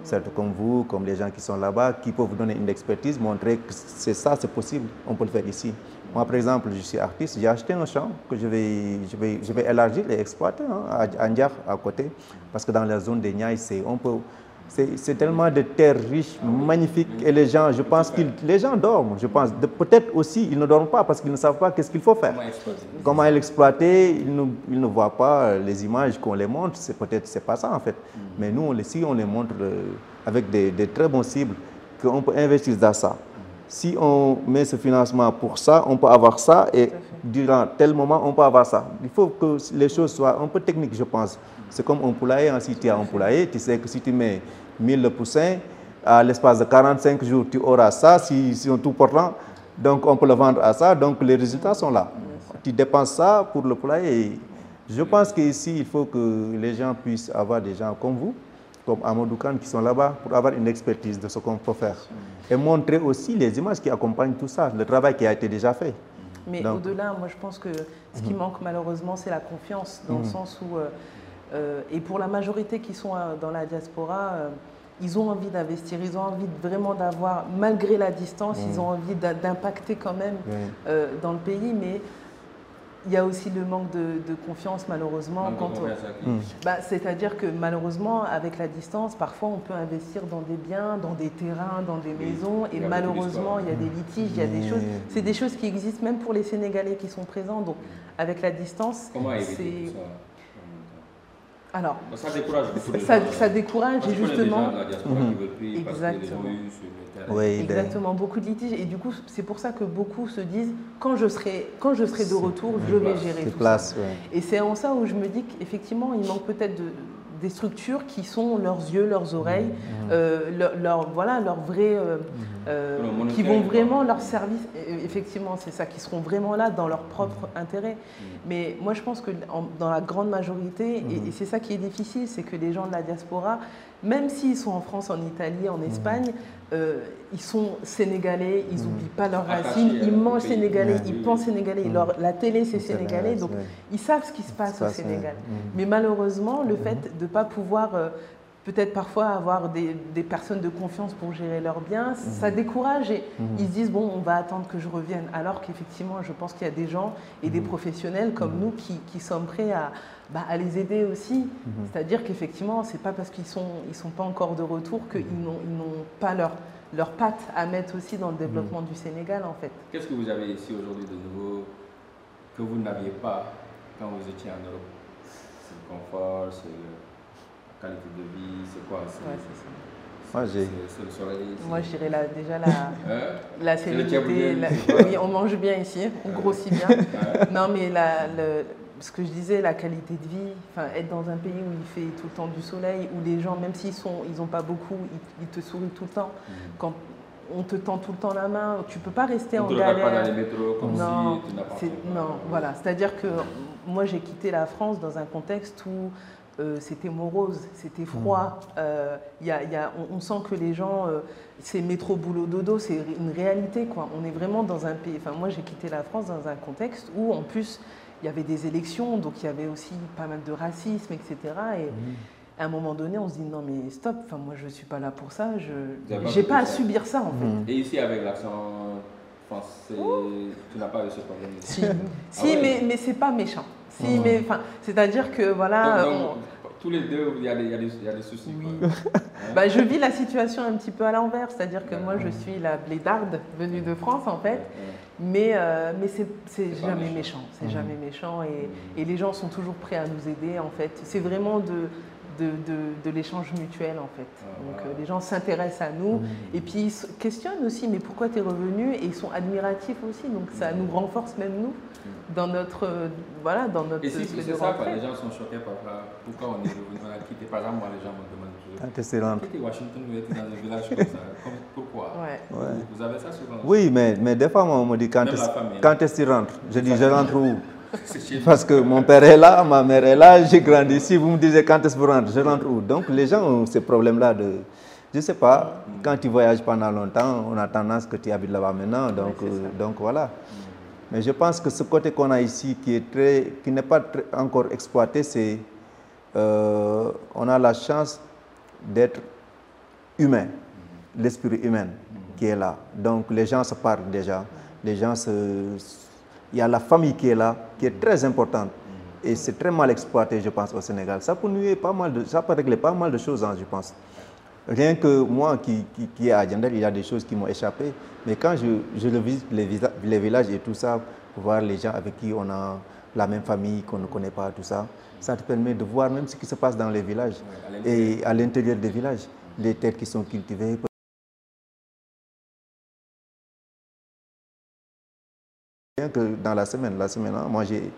S4: certes comme vous, comme les gens qui sont là-bas, qui peuvent vous donner une expertise, montrer que c'est ça, c'est possible, on peut le faire ici. Moi, par exemple, je suis artiste, j'ai acheté un champ que je vais, je vais, je vais élargir et exploiter hein, à Ndiar, à côté, parce que dans la zone des Niayes, on peut... C'est tellement de terres riches, magnifiques, et les gens, je pense que les gens dorment, je pense. Peut-être aussi, ils ne dorment pas parce qu'ils ne savent pas qu'est-ce qu'il faut faire. Comment l'exploiter, ils ne, ils ne voient pas les images qu'on les montre, c'est peut-être, c'est pas ça en fait. Mais nous, si on les montre avec des, des très bons cibles, qu'on peut investir dans ça. Si on met ce financement pour ça, on peut avoir ça, et durant tel moment, on peut avoir ça. Il faut que les choses soient un peu techniques, je pense. C'est comme un poulailler, hein. Si tu as un poulailler, tu sais que si tu mets mille poussins, à l'espace de quarante-cinq jours, tu auras ça, si, si on tout portant, donc on peut le vendre à ça, donc les résultats sont là. Tu dépenses ça pour le poulailler. Je pense qu'ici, il faut que les gens puissent avoir des gens comme vous, comme Amadou Kane, qui sont là-bas, pour avoir une expertise de ce qu'on peut faire. Et montrer aussi les images qui accompagnent tout ça, le travail qui a été déjà fait.
S3: Mais au-delà, moi je pense que ce qui manque malheureusement, c'est la confiance, dans le sens où... Euh, Euh, et pour la majorité qui sont euh, dans la diaspora, euh, ils ont envie d'investir, ils ont envie de, vraiment d'avoir, malgré la distance, mmh. ils ont envie d'impacter quand même mmh. euh, dans le pays, mais il y a aussi le manque de, de confiance malheureusement. Mmh. Bah, c'est-à-dire que malheureusement, avec la distance, parfois on peut investir dans des biens, dans des terrains, dans des oui. maisons, et malheureusement il y a des litiges, il y a des choses, c'est des choses qui existent même pour les Sénégalais qui sont présents, donc avec la distance, c'est... Alors,
S2: ça décourage beaucoup de
S3: ça,
S2: gens,
S3: ça décourage et justement,
S2: des gens de la diaspora qui veulent plus
S3: exactement,
S2: parce que les gens eu sur le terrain.
S4: Oui,
S3: exactement, beaucoup de litiges et du coup c'est pour ça que beaucoup se disent quand je serai, quand je serai de retour, je vais gérer tout
S4: place,
S3: ça.
S4: Ouais.
S3: Et c'est en ça où je me dis qu'effectivement il manque peut-être de des structures qui sont leurs yeux, leurs oreilles, mmh. euh, leur, leur, voilà, leur vrai, euh, euh, mmh. qui vont vraiment leur service, effectivement c'est ça, qui seront vraiment là dans leur propre mmh. intérêt. Mmh. Mais moi je pense que en, dans la grande majorité, mmh. et, et c'est ça qui est difficile, c'est que les gens de la diaspora, même s'ils sont en France, en Italie, en Espagne, euh, ils sont sénégalais, ils n'oublient mmh. pas leurs racines, ils mangent sénégalais, ouais. ils pensent sénégalais, mmh. leur, la télé c'est sénégalais, donc ouais. ils savent ce qui se passe au Sénégal. Ouais. Mmh. Mais malheureusement, le mmh. fait de ne pas pouvoir, euh, peut-être parfois avoir des, des personnes de confiance pour gérer leurs biens, mmh. ça décourage et mmh. ils se disent bon, on va attendre que je revienne. Alors qu'effectivement, je pense qu'il y a des gens et mmh. des professionnels comme mmh. nous qui, qui sommes prêts à, bah, à les aider aussi. Mmh. C'est-à-dire qu'effectivement, c'est pas parce qu'ils ne sont, ils sont pas encore de retour qu'ils n'ont ils n'ont pas leur, leur patte à mettre aussi dans le développement mmh. du Sénégal en fait.
S2: Qu'est-ce que vous avez ici aujourd'hui de nouveau que vous n'aviez pas quand vous étiez en Europe? C'est le confort, c'est la qualité de vie, c'est quoi?
S3: Ouais, c'est ça.
S2: Moi, le soleil.
S3: Moi, je dirais la, déjà la,
S2: hein?
S3: la sérénité. La, oui, on mange bien ici, on grossit bien. Non, mais la, le, ce que je disais, la qualité de vie, enfin, être dans un pays où il fait tout le temps du soleil, où les gens, même s'ils sont, ils n'ont pas beaucoup, ils, ils te sourient tout le temps. Mm. Quand on te tend tout le temps la main, tu ne peux pas rester
S2: on
S3: en
S2: te
S3: galère.
S2: Pas dans les métros comme
S3: non,
S2: si tu n'as pas
S3: non, voilà. C'est-à-dire que moi, j'ai quitté la France dans un contexte où Euh, c'était morose, c'était froid. Euh, y a, y a, on, on sent que les gens, euh, c'est métro, boulot, dodo, c'est une réalité, quoi. On est vraiment dans un pays. Enfin, moi, j'ai quitté la France dans un contexte où, en plus, il y avait des élections, donc il y avait aussi pas mal de racisme, et cetera. Et mmh. à un moment donné, on se dit non, mais stop. Enfin, moi, je suis pas là pour ça. Je n'ai pas, pas à subir ça, en fait.
S2: Mmh. Et ici, avec l'accent français, oh. tu n'as pas eu ce problème?
S3: Si, ah si ouais. mais mais c'est pas méchant. Si, mmh. mais enfin, c'est-à-dire que voilà.
S2: Donc, donc,
S3: on...
S2: tous les deux, il y a des, il y a des, il y a des soucis.
S3: Oui.
S2: Hein?
S3: Bah, je vis la situation un petit peu à l'envers, c'est-à-dire que moi, je suis la blédarde venue de France, en fait. Mais, euh, mais c'est jamais méchant, c'est mmh. jamais méchant. Et, mmh. et les gens sont toujours prêts à nous aider, en fait. C'est vraiment de. de, de, de l'échange mutuel en fait. Ah, donc voilà. euh, les gens s'intéressent à nous mmh. et puis ils se questionnent aussi mais pourquoi tu es revenu, et ils sont admiratifs aussi, donc ça nous renforce même nous dans notre euh, voilà dans notre.
S2: Et si c'est ça quoi, les gens sont choqués par pourquoi on est revenu, on a quitté. Par exemple moi les gens me demandent toujours quitter Washington, vous êtes dans un village comme ça, comme, pourquoi ouais. Ouais. Vous avez ça souvent?
S4: Oui, mais, mais des fois moi, on me dit quand est-ce que tu rentres, je dis je rentre où? Parce que mon père est là, ma mère est là, j'ai grandi ici, vous me disiez quand est-ce que vous rentrez, je rentre où? Donc les gens ont ces problèmes-là de, je ne sais pas, mm. quand tu voyages pendant longtemps, on a tendance que tu habites là-bas maintenant, donc, ouais, euh, donc voilà. Mm. Mais je pense que ce côté qu'on a ici qui est très, qui n'est pas très encore exploité, c'est, euh, on a la chance d'être humain, l'esprit humain qui est là. Donc les gens se parlent déjà, les gens se... il y a la famille qui est là, qui est très importante. Et c'est très mal exploité, je pense, au Sénégal. Ça peut nuire pas mal de, ça peut régler pas mal de choses, hein, je pense. Rien que moi qui, qui, qui est à Diender, il y a des choses qui m'ont échappé. Mais quand je, je visite les, les villages et tout ça, pour voir les gens avec qui on a la même famille, qu'on ne connaît pas, tout ça, ça te permet de voir même ce qui se passe dans les villages. Et à l'intérieur des villages, les terres qui sont cultivées. Rien que dans la semaine, la semaine, hein, moi j'ai,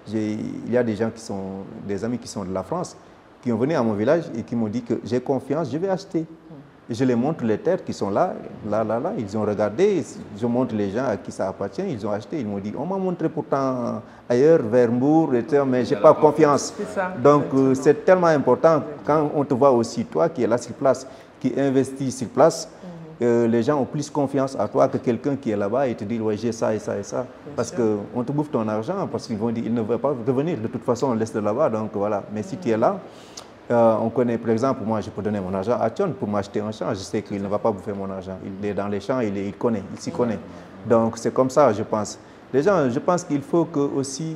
S4: il y a des gens qui sont, des amis qui sont de la France, qui ont venu à mon village et qui m'ont dit que j'ai confiance, je vais acheter. Et je les montre les terres qui sont là, là, là, là. Ils ont regardé, je montre les gens à qui ça appartient, ils ont acheté. Ils m'ont dit, on m'a montré pourtant ailleurs, vers Mbour, et tout, mais je n'ai pas confiance. Ça, donc euh, c'est tellement important quand on te voit aussi, toi qui es là sur place, qui investit sur place, mm-hmm. euh, les gens ont plus confiance à toi que quelqu'un qui est là-bas et te dit, ouais, j'ai ça et ça et ça. Bien parce qu'on te bouffe ton argent, parce qu'ils vont dire, ils ne veulent pas revenir. De toute façon, on laisse de là-bas, donc voilà. Mais mm-hmm. si tu es là, Euh, on connaît, par exemple, moi je peux donner mon argent à Thion pour m'acheter un champ, je sais qu'il ne va pas bouffer mon argent. Il est dans les champs, il, est, il connaît, il s'y connaît. Donc c'est comme ça, je pense. Les gens, je pense qu'il faut que aussi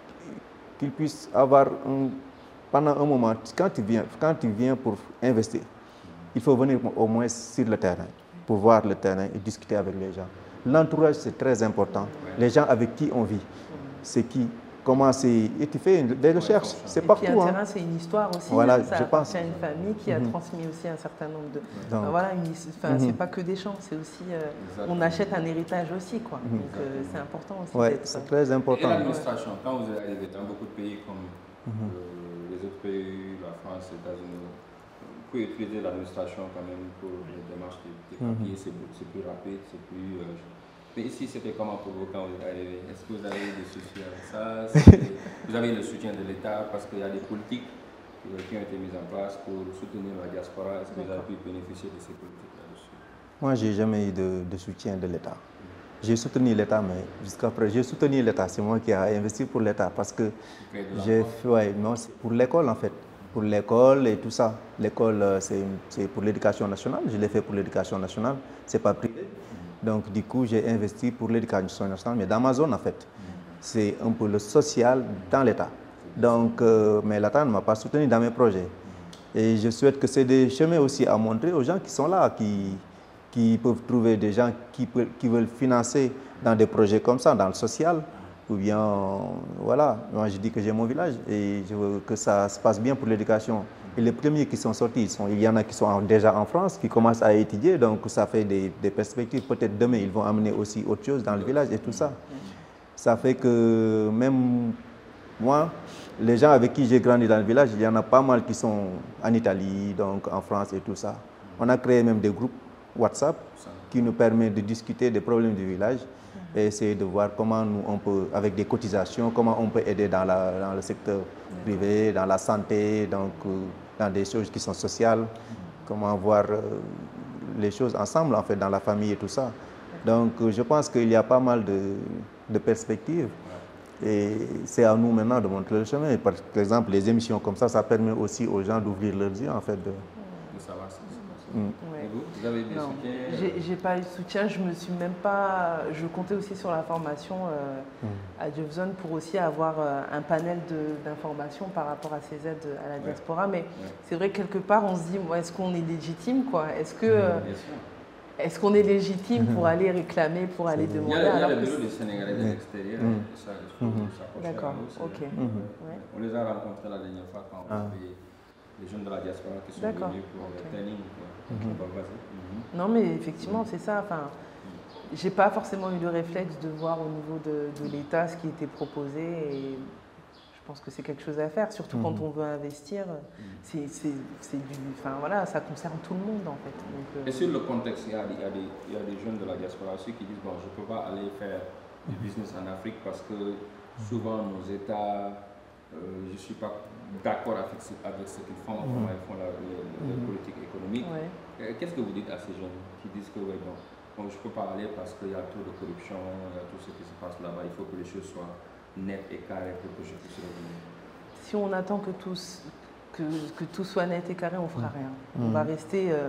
S4: qu'ils puissent avoir, un, pendant un moment, quand tu, viens, quand tu viens pour investir, il faut venir au moins sur le terrain, pour voir le terrain et discuter avec les gens. L'entourage, c'est très important. Les gens avec qui on vit, c'est qui. Comment c'est... Et tu fais des recherches, c'est partout.
S3: Et puis un terrain, hein. C'est une histoire aussi.
S4: Voilà,
S3: ça
S4: je pense.
S3: C'est une famille qui a mm-hmm. transmis aussi un certain nombre de...
S4: Donc,
S3: enfin, voilà, une... enfin, mm-hmm. c'est pas que des champs, c'est aussi... Euh, on achète un héritage aussi, quoi. Mm-hmm. Donc euh, c'est important aussi.
S4: Oui, c'est très important.
S2: Et l'administration, quand vous êtes arrivé dans beaucoup de pays comme mm-hmm. euh, les autres pays, la France, les États-Unis, vous pouvez utiliser l'administration quand même pour les démarches des papiers, mm-hmm. c'est plus rapide, c'est plus... Euh, Mais ici, c'était comment pour vous quand vous êtes arrivé? Est-ce que vous avez des soucis avec ça? Vous avez le soutien de l'État parce qu'il y a des politiques qui ont été mises en place pour soutenir la diaspora. Est-ce que vous avez pu bénéficier de ces politiques là-dessus?
S4: Moi, je n'ai jamais eu de, de soutien de l'État. J'ai soutenu l'État, mais jusqu'à présent, j'ai soutenu l'État. C'est moi qui ai investi pour l'État parce que j'ai fait, ouais, non, c'est pour l'école en fait. Pour l'école et tout ça. L'école, c'est pour l'éducation nationale. Je l'ai fait pour l'éducation nationale. Ce n'est pas privé. Donc, du coup, j'ai investi pour l'éducation nationale, mais dans ma zone, en fait. C'est un peu le social dans l'État. Donc, euh, mais l'État ne m'a pas soutenu dans mes projets. Et je souhaite que c'est des chemins aussi à montrer aux gens qui sont là, qui, qui peuvent trouver des gens qui, peut, qui veulent financer dans des projets comme ça, dans le social. Ou bien, voilà, moi je dis que j'ai mon village et je veux que ça se passe bien pour l'éducation. Et les premiers qui sont sortis, ils sont, il y en a qui sont déjà en France, qui commencent à étudier, donc ça fait des, des perspectives. Peut-être demain, ils vont amener aussi autre chose dans le village et tout ça. Ça fait que même moi, les gens avec qui j'ai grandi dans le village, il y en a pas mal qui sont en Italie, donc en France et tout ça. On a créé même des groupes WhatsApp qui nous permettent de discuter des problèmes du village et essayer de voir comment nous, on peut, avec des cotisations, comment on peut aider dans, la, dans le secteur privé, dans la santé, donc, dans des choses qui sont sociales, comment voir les choses ensemble, en fait, dans la famille et tout ça. Donc, je pense qu'il y a pas mal de, de perspectives et c'est à nous maintenant de montrer le chemin. Par exemple, les émissions comme ça, ça permet aussi aux gens d'ouvrir leurs yeux, en fait. De,
S2: de savoir ce qui se passe.
S3: Mm. Ouais.
S2: Et vous, vous avez des
S3: non,
S2: soutiens?
S3: J'ai pas eu de soutien, je me suis même pas... Je comptais aussi sur la formation euh, mm. à Jobzone pour aussi avoir euh, un panel d'informations par rapport à ces aides à la diaspora. Ouais. Mais ouais. c'est vrai que quelque part, on se dit, est-ce qu'on est légitime, quoi? Est-ce que... Euh, Est-ce qu'on est légitime pour aller réclamer, pour aller demander?
S2: Il y a, il y a le bureau des Sénégalais de l'extérieur, mmh. ça, il faut s'approcher.
S3: D'accord, ok.
S2: Mmh. Ouais. On les a rencontrés la dernière fois quand on avait les jeunes de la diaspora qui sont venus pour okay. le training. Mmh. Mmh.
S3: Non, mais effectivement, c'est ça. Enfin, j'ai pas forcément eu le réflexe de voir au niveau de, de l'État ce qui était proposé. Et je pense que c'est quelque chose à faire, surtout mmh. quand on veut investir. Mmh. C'est du, enfin voilà, ça concerne tout le monde en fait. Donc,
S2: euh... Et sur le contexte, il y, a, il, y a des, il y a des jeunes de la diaspora aussi qui disent bon, je ne peux pas aller faire du business en Afrique parce que souvent nos États, euh, je ne suis pas d'accord avec, avec ce qu'ils font, mmh. comment ils font la, la, la mmh. politique économique. Ouais. Qu'est-ce que vous dites à ces jeunes qui disent que ouais, bon, bon, je ne peux pas aller parce qu'il y a trop de corruption, il y a tout ce qui se passe là-bas, il faut que les choses soient net et carré pour que je puisse revenir.
S3: Si on attend que tout, que, que tout soit net et carré, on ne fera rien. Mmh. On va rester euh,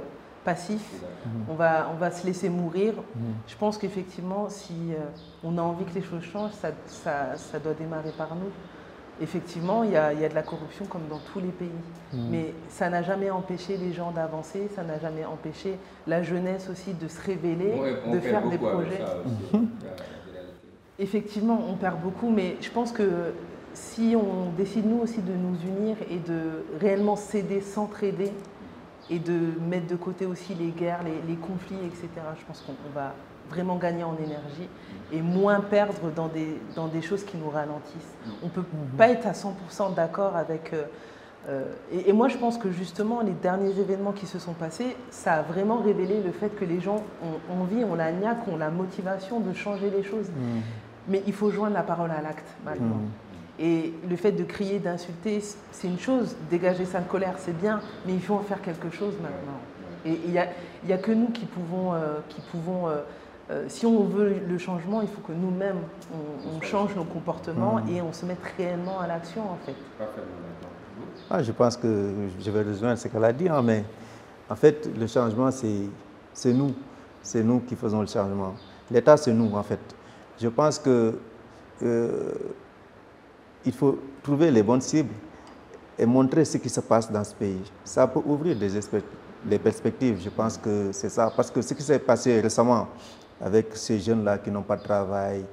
S3: passif, mmh. on, va, on va se laisser mourir. Mmh. Je pense qu'effectivement, si euh, on a envie que les choses changent, ça, ça, ça doit démarrer par nous. Effectivement, il y a, il y a de la corruption comme dans tous les pays, mmh. mais ça n'a jamais empêché les gens d'avancer, ça n'a jamais empêché la jeunesse aussi de se révéler,
S2: on, on
S3: de faire des projets.
S2: Mmh.
S3: Effectivement, on perd beaucoup, mais je pense que si on décide nous aussi de nous unir et de réellement s'aider, s'entraider et de mettre de côté aussi les guerres, les, les conflits, et cetera, je pense qu'on va vraiment gagner en énergie et moins perdre dans des, dans des choses qui nous ralentissent. On ne peut pas être à cent pour cent d'accord avec... Euh, euh, et, et moi, je pense que justement, les derniers événements qui se sont passés, ça a vraiment révélé le fait que les gens ont envie, ont la niaque, ont la motivation de changer les choses. Mmh. Mais il faut joindre la parole à l'acte, maintenant. Mmh. Et le fait de crier, d'insulter, c'est une chose, dégager sa colère, c'est bien, mais il faut en faire quelque chose maintenant. Et il n'y a, y a que nous qui pouvons, euh, qui pouvons euh, euh, si on veut le changement, il faut que nous-mêmes, on, on change nos comportements mmh. et on se mette réellement à l'action, en fait.
S4: Ah, je pense que je vais rejoindre ce qu'elle a dit, hein, mais en fait, le changement, c'est nous. C'est nous qui faisons le changement. L'État, c'est nous, en fait. Je pense que... Euh, il faut trouver les bonnes cibles et montrer ce qui se passe dans ce pays. Ça peut ouvrir des, des perspectives, je pense que c'est ça. Parce que ce qui s'est passé récemment avec ces jeunes-là qui n'ont pas de travail,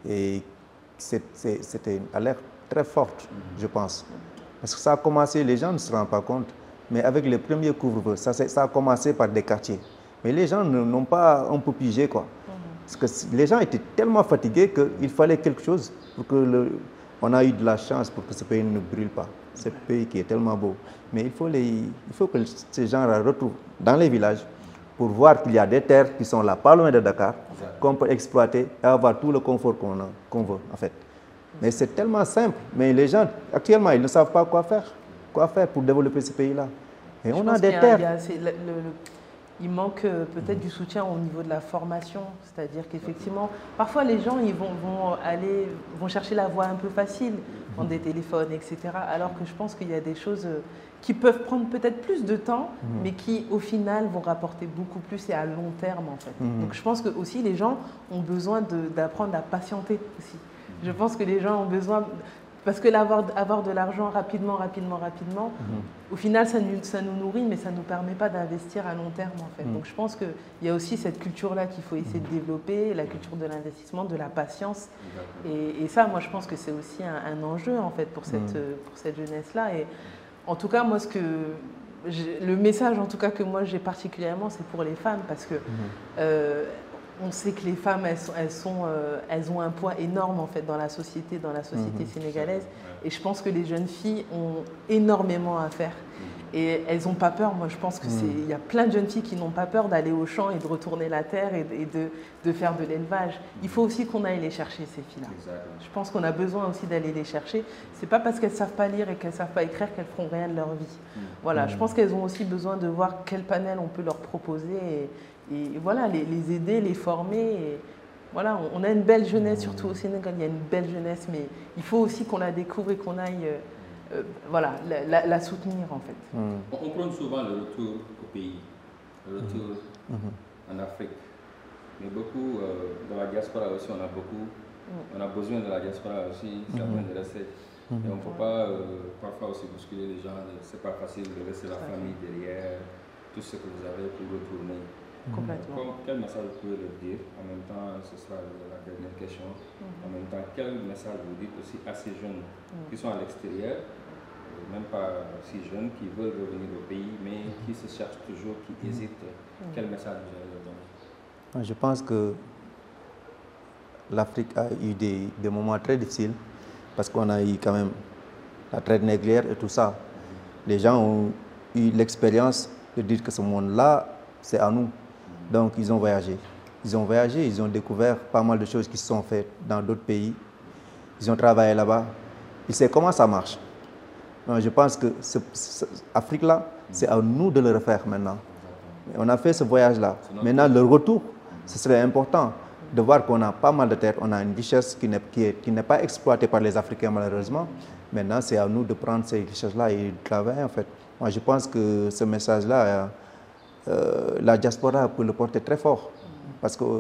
S4: c'était une alerte très forte, je pense. Parce que ça a commencé, les gens ne se rendent pas compte, mais avec les premiers couvre-feux, ça, ça a commencé par des quartiers. Mais les gens n'ont pas un peu pigé, quoi. Parce que les gens étaient tellement fatigués qu'il fallait quelque chose pour que le... On a eu de la chance pour que ce pays ne brûle pas. Ce pays qui est tellement beau. Mais il faut, les, il faut que ces gens-là retrouvent dans les villages pour voir qu'il y a des terres qui sont là, pas loin de Dakar, qu'on peut exploiter et avoir tout le confort qu'on qu'on veut, en fait. Mais c'est tellement simple. Mais les gens, actuellement, ils ne savent pas quoi faire. Quoi faire pour développer ce pays-là. Et
S3: Je
S4: on
S3: pense
S4: a des
S3: y a,
S4: terres.
S3: Y a, le, le, il manque peut-être du soutien au niveau de la formation, c'est-à-dire qu'effectivement, parfois les gens ils vont, vont, aller, vont chercher la voie un peu facile, prendre des téléphones, et cetera. Alors que je pense qu'il y a des choses qui peuvent prendre peut-être plus de temps, mmh. mais qui au final vont rapporter beaucoup plus et à long terme en fait. Mmh. Donc je pense que aussi les gens ont besoin d'apprendre à patienter aussi. Je pense que les gens ont besoin... Parce que l'avoir avoir de l'argent rapidement, rapidement, rapidement, mmh. au final, ça nous, ça nous nourrit, mais ça ne nous permet pas d'investir à long terme, en fait. Mmh. Donc, je pense qu'il y a aussi cette culture-là qu'il faut essayer de développer, la culture de l'investissement, de la patience. Et, et ça, moi, je pense que c'est aussi un, un enjeu, en fait, pour cette, mmh. pour cette jeunesse-là. Et en tout cas, moi, ce que... le message, en tout cas, que moi, j'ai particulièrement, c'est pour les femmes, parce que... Mmh. Euh, on sait que les femmes, elles, sont, elles, sont, euh, elles ont un poids énorme en fait dans la société, dans la société mmh. sénégalaise. Et je pense que les jeunes filles ont énormément à faire. Et elles n'ont pas peur. Moi, je pense que c'est, il y a plein de jeunes filles qui n'ont pas peur d'aller au champ et de retourner la terre et de, et de, de faire de l'élevage. Il faut aussi qu'on aille les chercher, ces filles-là. Je pense qu'on a besoin aussi d'aller les chercher. C'est pas parce qu'elles ne savent pas lire et qu'elles ne savent pas écrire qu'elles feront rien de leur vie. Voilà. Je pense qu'elles ont aussi besoin de voir quel panel on peut leur proposer. Et, Et voilà, les, les aider, les former. Et voilà, on, on a une belle jeunesse, surtout au Sénégal, il y a une belle jeunesse, mais il faut aussi qu'on la découvre et qu'on aille euh, euh, voilà, la, la, la soutenir en fait.
S2: Mm. On prône souvent le retour au pays, le retour mm. en Afrique. Mais beaucoup euh, dans la diaspora aussi, on a beaucoup, mm. on a besoin de la diaspora aussi, ça mm. de rester. Mm. Et on ne peut pas euh, parfois aussi bousculer les gens, c'est pas facile de laisser la famille derrière, tout ce que vous avez pour retourner.
S3: Complètement.
S2: Comme, quel message vous pouvez leur dire? En même temps, ce sera la dernière question. Mm-hmm. En même temps, quel message vous dites aussi à ces jeunes mm-hmm. qui sont à l'extérieur, même pas si jeunes, qui veulent revenir au pays, mais mm-hmm. qui se cherchent toujours, qui mm-hmm. hésitent? Mm-hmm. Quel message vous allez leur donner?
S4: Je pense que l'Afrique a eu des, des moments très difficiles parce qu'on a eu quand même la traite négrière et tout ça. Mm-hmm. Les gens ont eu l'expérience de dire que ce monde-là, c'est à nous. Donc, ils ont voyagé. Ils ont voyagé, ils ont découvert pas mal de choses qui se sont faites dans d'autres pays. Ils ont travaillé là-bas. Ils savent comment ça marche. Donc, je pense que cette Afrique-là, c'est à nous de le refaire maintenant. On a fait ce voyage-là. Maintenant, le retour, ce serait important de voir qu'on a pas mal de terres. On a une richesse qui n'est qui qui n'est pas exploitée par les Africains, malheureusement. Maintenant, c'est à nous de prendre ces richesses-là et de travailler, en fait. Moi, je pense que ce message-là... euh, la diaspora peut le porter très fort. Parce que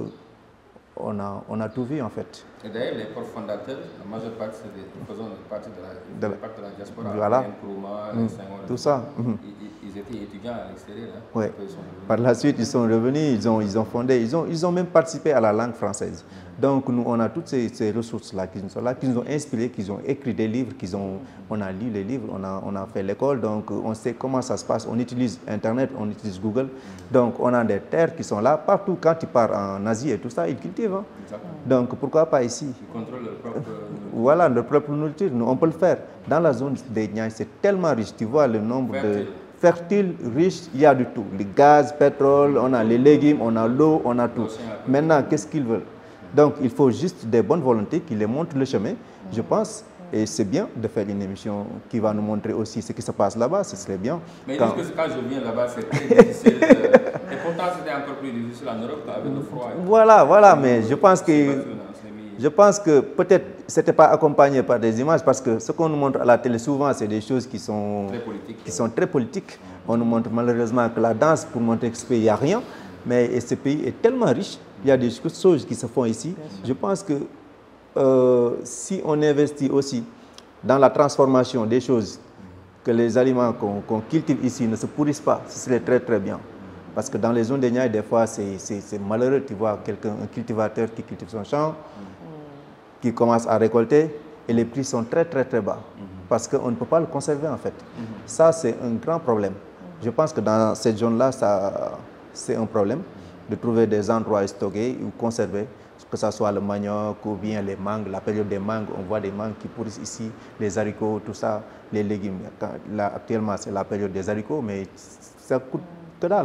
S4: On a, on a tout vu en fait.
S2: Et d'ailleurs, les corps fondateurs, la majeure partie, c'est des, ils faisaient partie de la, de la, de la diaspora.
S4: Voilà.
S2: Nkrumah,
S4: mmh. Tout ça. Mmh.
S2: Ils, ils étaient étudiants à l'extérieur. Hein.
S4: Ouais. Par la suite, ils sont revenus, ils ont, ils ont fondé, ils ont, ils ont même participé à la langue française. Mmh. Donc, nous, on a toutes ces, ces ressources-là qui sont là, qui nous ont inspirés, qui ont écrit des livres, qui ont, on a lu les livres, on a, on a fait l'école, donc on sait comment ça se passe. On utilise Internet, on utilise Google. Mmh. Donc, on a des terres qui sont là. Partout, quand tu pars en Asie et tout ça, ils cultivent. Hein. Donc, pourquoi pas ici?
S2: Ils contrôlent leur propre nourriture.
S4: Voilà, leur propre nourriture. Nous, on peut le faire. Dans la zone des Niayes, c'est tellement riche. Tu vois le nombre fertile. de... Fertile, riche, il y a du tout. Le gaz, pétrole, on a les légumes, on a l'eau, on a tout. Maintenant, qu'est-ce qu'ils veulent? Donc, il faut juste des bonnes volontés qui les montrent le chemin, je pense. Et c'est bien de faire une émission qui va nous montrer aussi ce qui se passe là-bas, ce serait bien.
S2: Mais quand... ils disent que quand je viens là-bas, c'est très difficile. Et pourtant, c'était encore plus difficile en Europe avec le froid.
S4: Voilà, voilà, mais je pense que, je pense que peut-être ce n'était pas accompagné par des images, parce que ce qu'on nous montre à la télé, souvent, c'est des choses qui sont
S2: très politiques.
S4: Qui sont très politiques. On nous montre malheureusement que la danse, pour montrer que ce pays, il n'y a rien. Mais ce pays est tellement riche, il y a des choses qui se font ici. Je pense que Euh, si on investit aussi dans la transformation des choses, que les aliments qu'on qu'on cultive ici ne se pourrissent pas, ce serait très très bien. Parce que dans les zones des Niayes, des fois, c'est malheureux. Tu vois quelqu'un, un cultivateur qui cultive son champ, qui commence à récolter, et les prix sont très très très bas. Parce qu'on ne peut pas le conserver en fait. Ça, c'est un grand problème. Je pense que dans cette zone-là, c'est un problème de trouver des endroits stockés ou conservés, que ce soit le manioc ou bien les mangues, la période des mangues, on voit des mangues qui pourrissent ici, les haricots, tout ça, les légumes. Là, actuellement, c'est la période des haricots, mais ça coûte que dalle.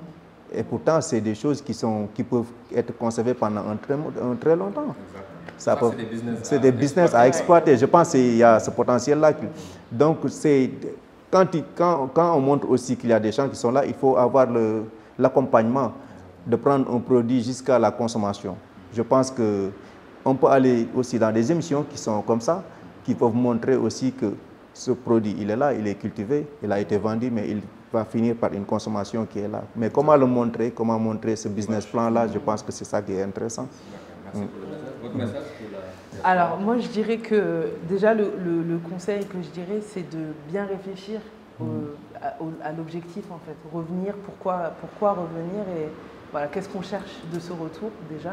S4: Et pourtant, c'est des choses qui, sont, qui peuvent être conservées pendant un très, un très longtemps.
S2: C'est des business, à,
S4: des business à exploiter. Je pense qu'il y a ce potentiel-là. Donc, quand, quand, quand on montre aussi qu'il y a des gens qui sont là, il faut avoir l'accompagnement de prendre un produit jusqu'à la consommation. Je pense qu'on peut aller aussi dans des émissions qui sont comme ça, qui peuvent montrer aussi que ce produit, il est là, il est cultivé, il a été vendu, mais il va finir par une consommation qui est là. Mais comment le montrer, comment montrer ce business plan-là, je pense que c'est ça qui est intéressant.
S2: Merci pour le message. Votre message pour la...
S3: Alors, moi, je dirais que déjà, le, le, le conseil que je dirais, c'est de bien réfléchir au, à, à l'objectif, en fait. Revenir, pourquoi, pourquoi revenir et voilà, qu'est-ce qu'on cherche de ce retour, déjà.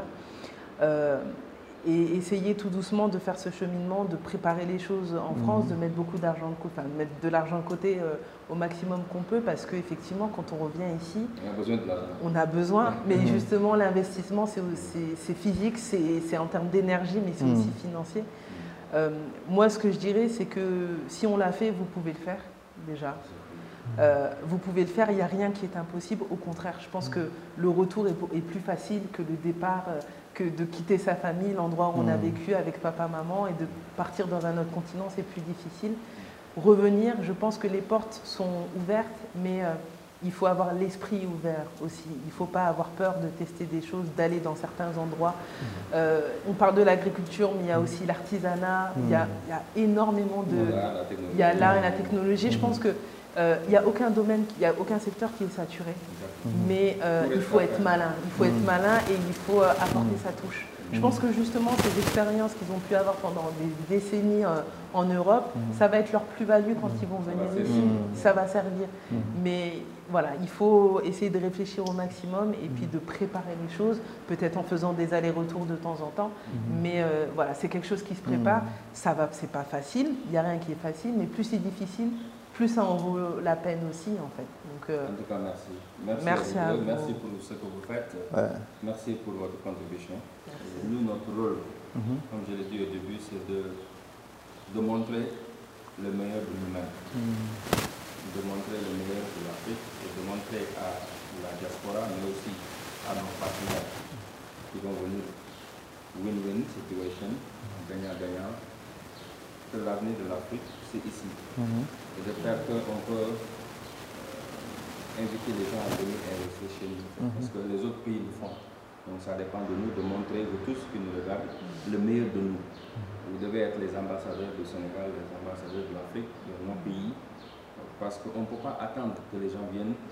S3: Euh, et essayer tout doucement de faire ce cheminement, de préparer les choses en France, mmh. de mettre beaucoup d'argent de côté, enfin, de mettre de l'argent de côté euh, au maximum qu'on peut, parce qu'effectivement, quand on revient ici,
S2: on a besoin de l'argent.
S3: On a besoin, mais mmh. justement, l'investissement, c'est physique, c'est en termes d'énergie, mais c'est mmh. aussi financier. Euh, moi, ce que je dirais, c'est que si on l'a fait, vous pouvez le faire, déjà. Euh, vous pouvez le faire, il n'y a rien qui est impossible. Au contraire, je pense que le retour est, est plus facile que le départ, euh, que de quitter sa famille, l'endroit où on a vécu avec papa, maman, et de partir dans un autre continent, c'est plus difficile. Revenir, je pense que les portes sont ouvertes, mais euh, il faut avoir l'esprit ouvert aussi. Il ne faut pas avoir peur de tester des choses, d'aller dans certains endroits. Euh, on parle de l'agriculture, mais il y a aussi l'artisanat, il, il y a énormément de... Il y a l'art et la technologie. Je pense que Euh, il n'y a aucun domaine, il n'y a aucun secteur qui est saturé, mmh. mais euh, il faut être malin, il faut être malin et il faut euh, apporter mmh. sa touche. Je pense que justement ces expériences qu'ils ont pu avoir pendant des décennies euh, en Europe, mmh. ça va être leur plus-value quand mmh. ils vont venir ici, mmh. ça va servir. Mmh. Mais voilà, il faut essayer de réfléchir au maximum et puis de préparer les choses, peut-être en faisant des allers-retours de temps en temps, mmh. mais euh, voilà, c'est quelque chose qui se prépare, mmh. ça va, c'est pas facile, il n'y a rien qui est facile, mais plus c'est difficile, plus ça en vaut la peine aussi, en fait. Donc, euh,
S2: en tout cas, merci. Merci,
S3: merci, à vous.
S2: Merci pour ce que vous faites.
S4: Ouais.
S2: Merci pour votre contribution. Et nous, notre rôle, mm-hmm. comme je l'ai dit au début, c'est de, de montrer le meilleur de nous-mêmes. Mm-hmm. De montrer le meilleur de l'Afrique et de montrer à la diaspora, mais aussi à nos partenaires qui vont venir win-win situation, gagnant-gagnant, que l'avenir de l'Afrique, c'est ici. Mm-hmm. Et de faire qu'on peut euh, inviter les gens à venir investir chez nous. Mm-hmm. Parce que les autres pays le font. Donc ça dépend de nous de montrer, vous tous qui nous regardent, le meilleur de nous. Vous devez être les ambassadeurs du Sénégal, les ambassadeurs de l'Afrique, de nos pays. Parce qu'on ne peut pas attendre que les gens viennent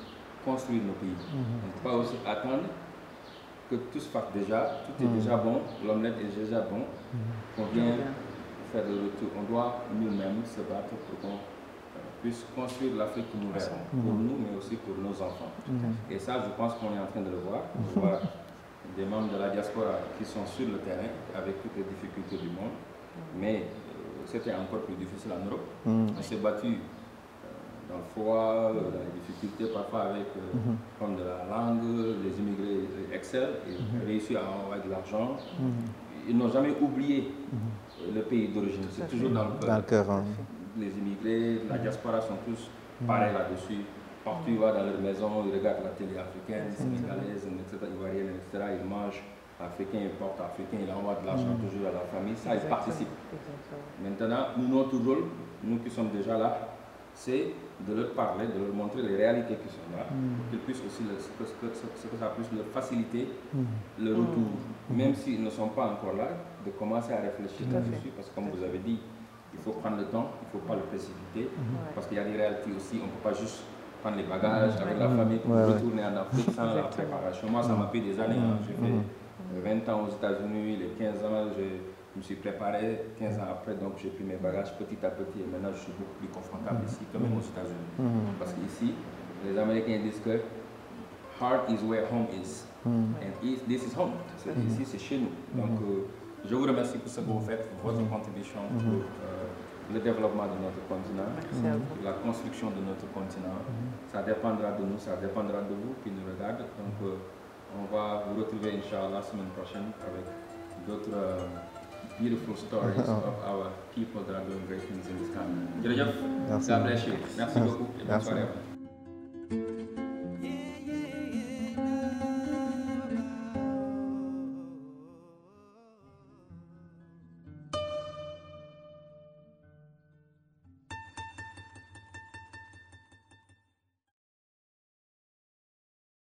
S2: construire nos pays. On ne peut pas aussi attendre que tout se fasse déjà, tout est déjà bon, l'omelette est déjà bon, qu'on vienne faire le retour. On doit nous-mêmes se battre pour qu'on puisse construire l'Afrique que nous rêvons, pour nous, mais aussi pour nos enfants. Et ça, je pense qu'on est en train de le voir. On voit des membres de la diaspora qui sont sur le terrain avec toutes les difficultés du monde, mais euh, c'était encore plus difficile en Europe. On s'est battu euh, dans le froid, euh, dans les difficultés parfois avec euh, comme de la langue, les immigrés excellent et réussissent à envoyer de l'argent. Ils n'ont jamais oublié euh, le pays d'origine, c'est toujours dans le
S4: Dans le cœur, hein.
S2: Les immigrés, la diaspora sont tous pareils là-dessus. Partout, ils vont dans leur maison, ils regardent la télé africaine, sénégalaise, et cetera, ivoirienne, et cetera. Ils mangent africain, ils portent africain, ils envoient de l'argent toujours à la famille. Ça, ils participent. Maintenant, nous, notre rôle, nous qui sommes déjà là, c'est de leur parler, de leur montrer les réalités qui sont là, pour qu'ils puissent aussi, le, que, que, que, que ça puisse leur faciliter le retour. Même s'ils ne sont pas encore là, de commencer à réfléchir là-dessus, parce que comme vous avez dit, il faut prendre le temps, il ne faut pas le précipiter, parce qu'il y a des réalités aussi, on ne peut pas juste prendre les bagages avec la famille pour ouais, retourner en Afrique sans la préparation. Moi, ça m'a pris des années. Hein. J'ai fait vingt ans aux États-Unis, les quinze ans, je me suis préparé, quinze ans après, donc j'ai pris mes bagages petit à petit et maintenant je suis beaucoup plus confortable ici que même aux États-Unis. Parce qu'ici, les Américains disent que heart is where home is. And this is home. Ici, c'est chez nous. Donc, euh, je vous remercie pour ce que vous faites, pour votre contribution pour euh, le développement de notre continent, pour la construction de notre continent. Ça dépendra de nous, ça dépendra de vous qui nous regardez. Donc, euh, on va vous retrouver, Inch'Allah, la semaine prochaine avec d'autres uh, beautiful stories of our people that are doing great things in this country. God bless you. Merci beaucoup et bonne soirée.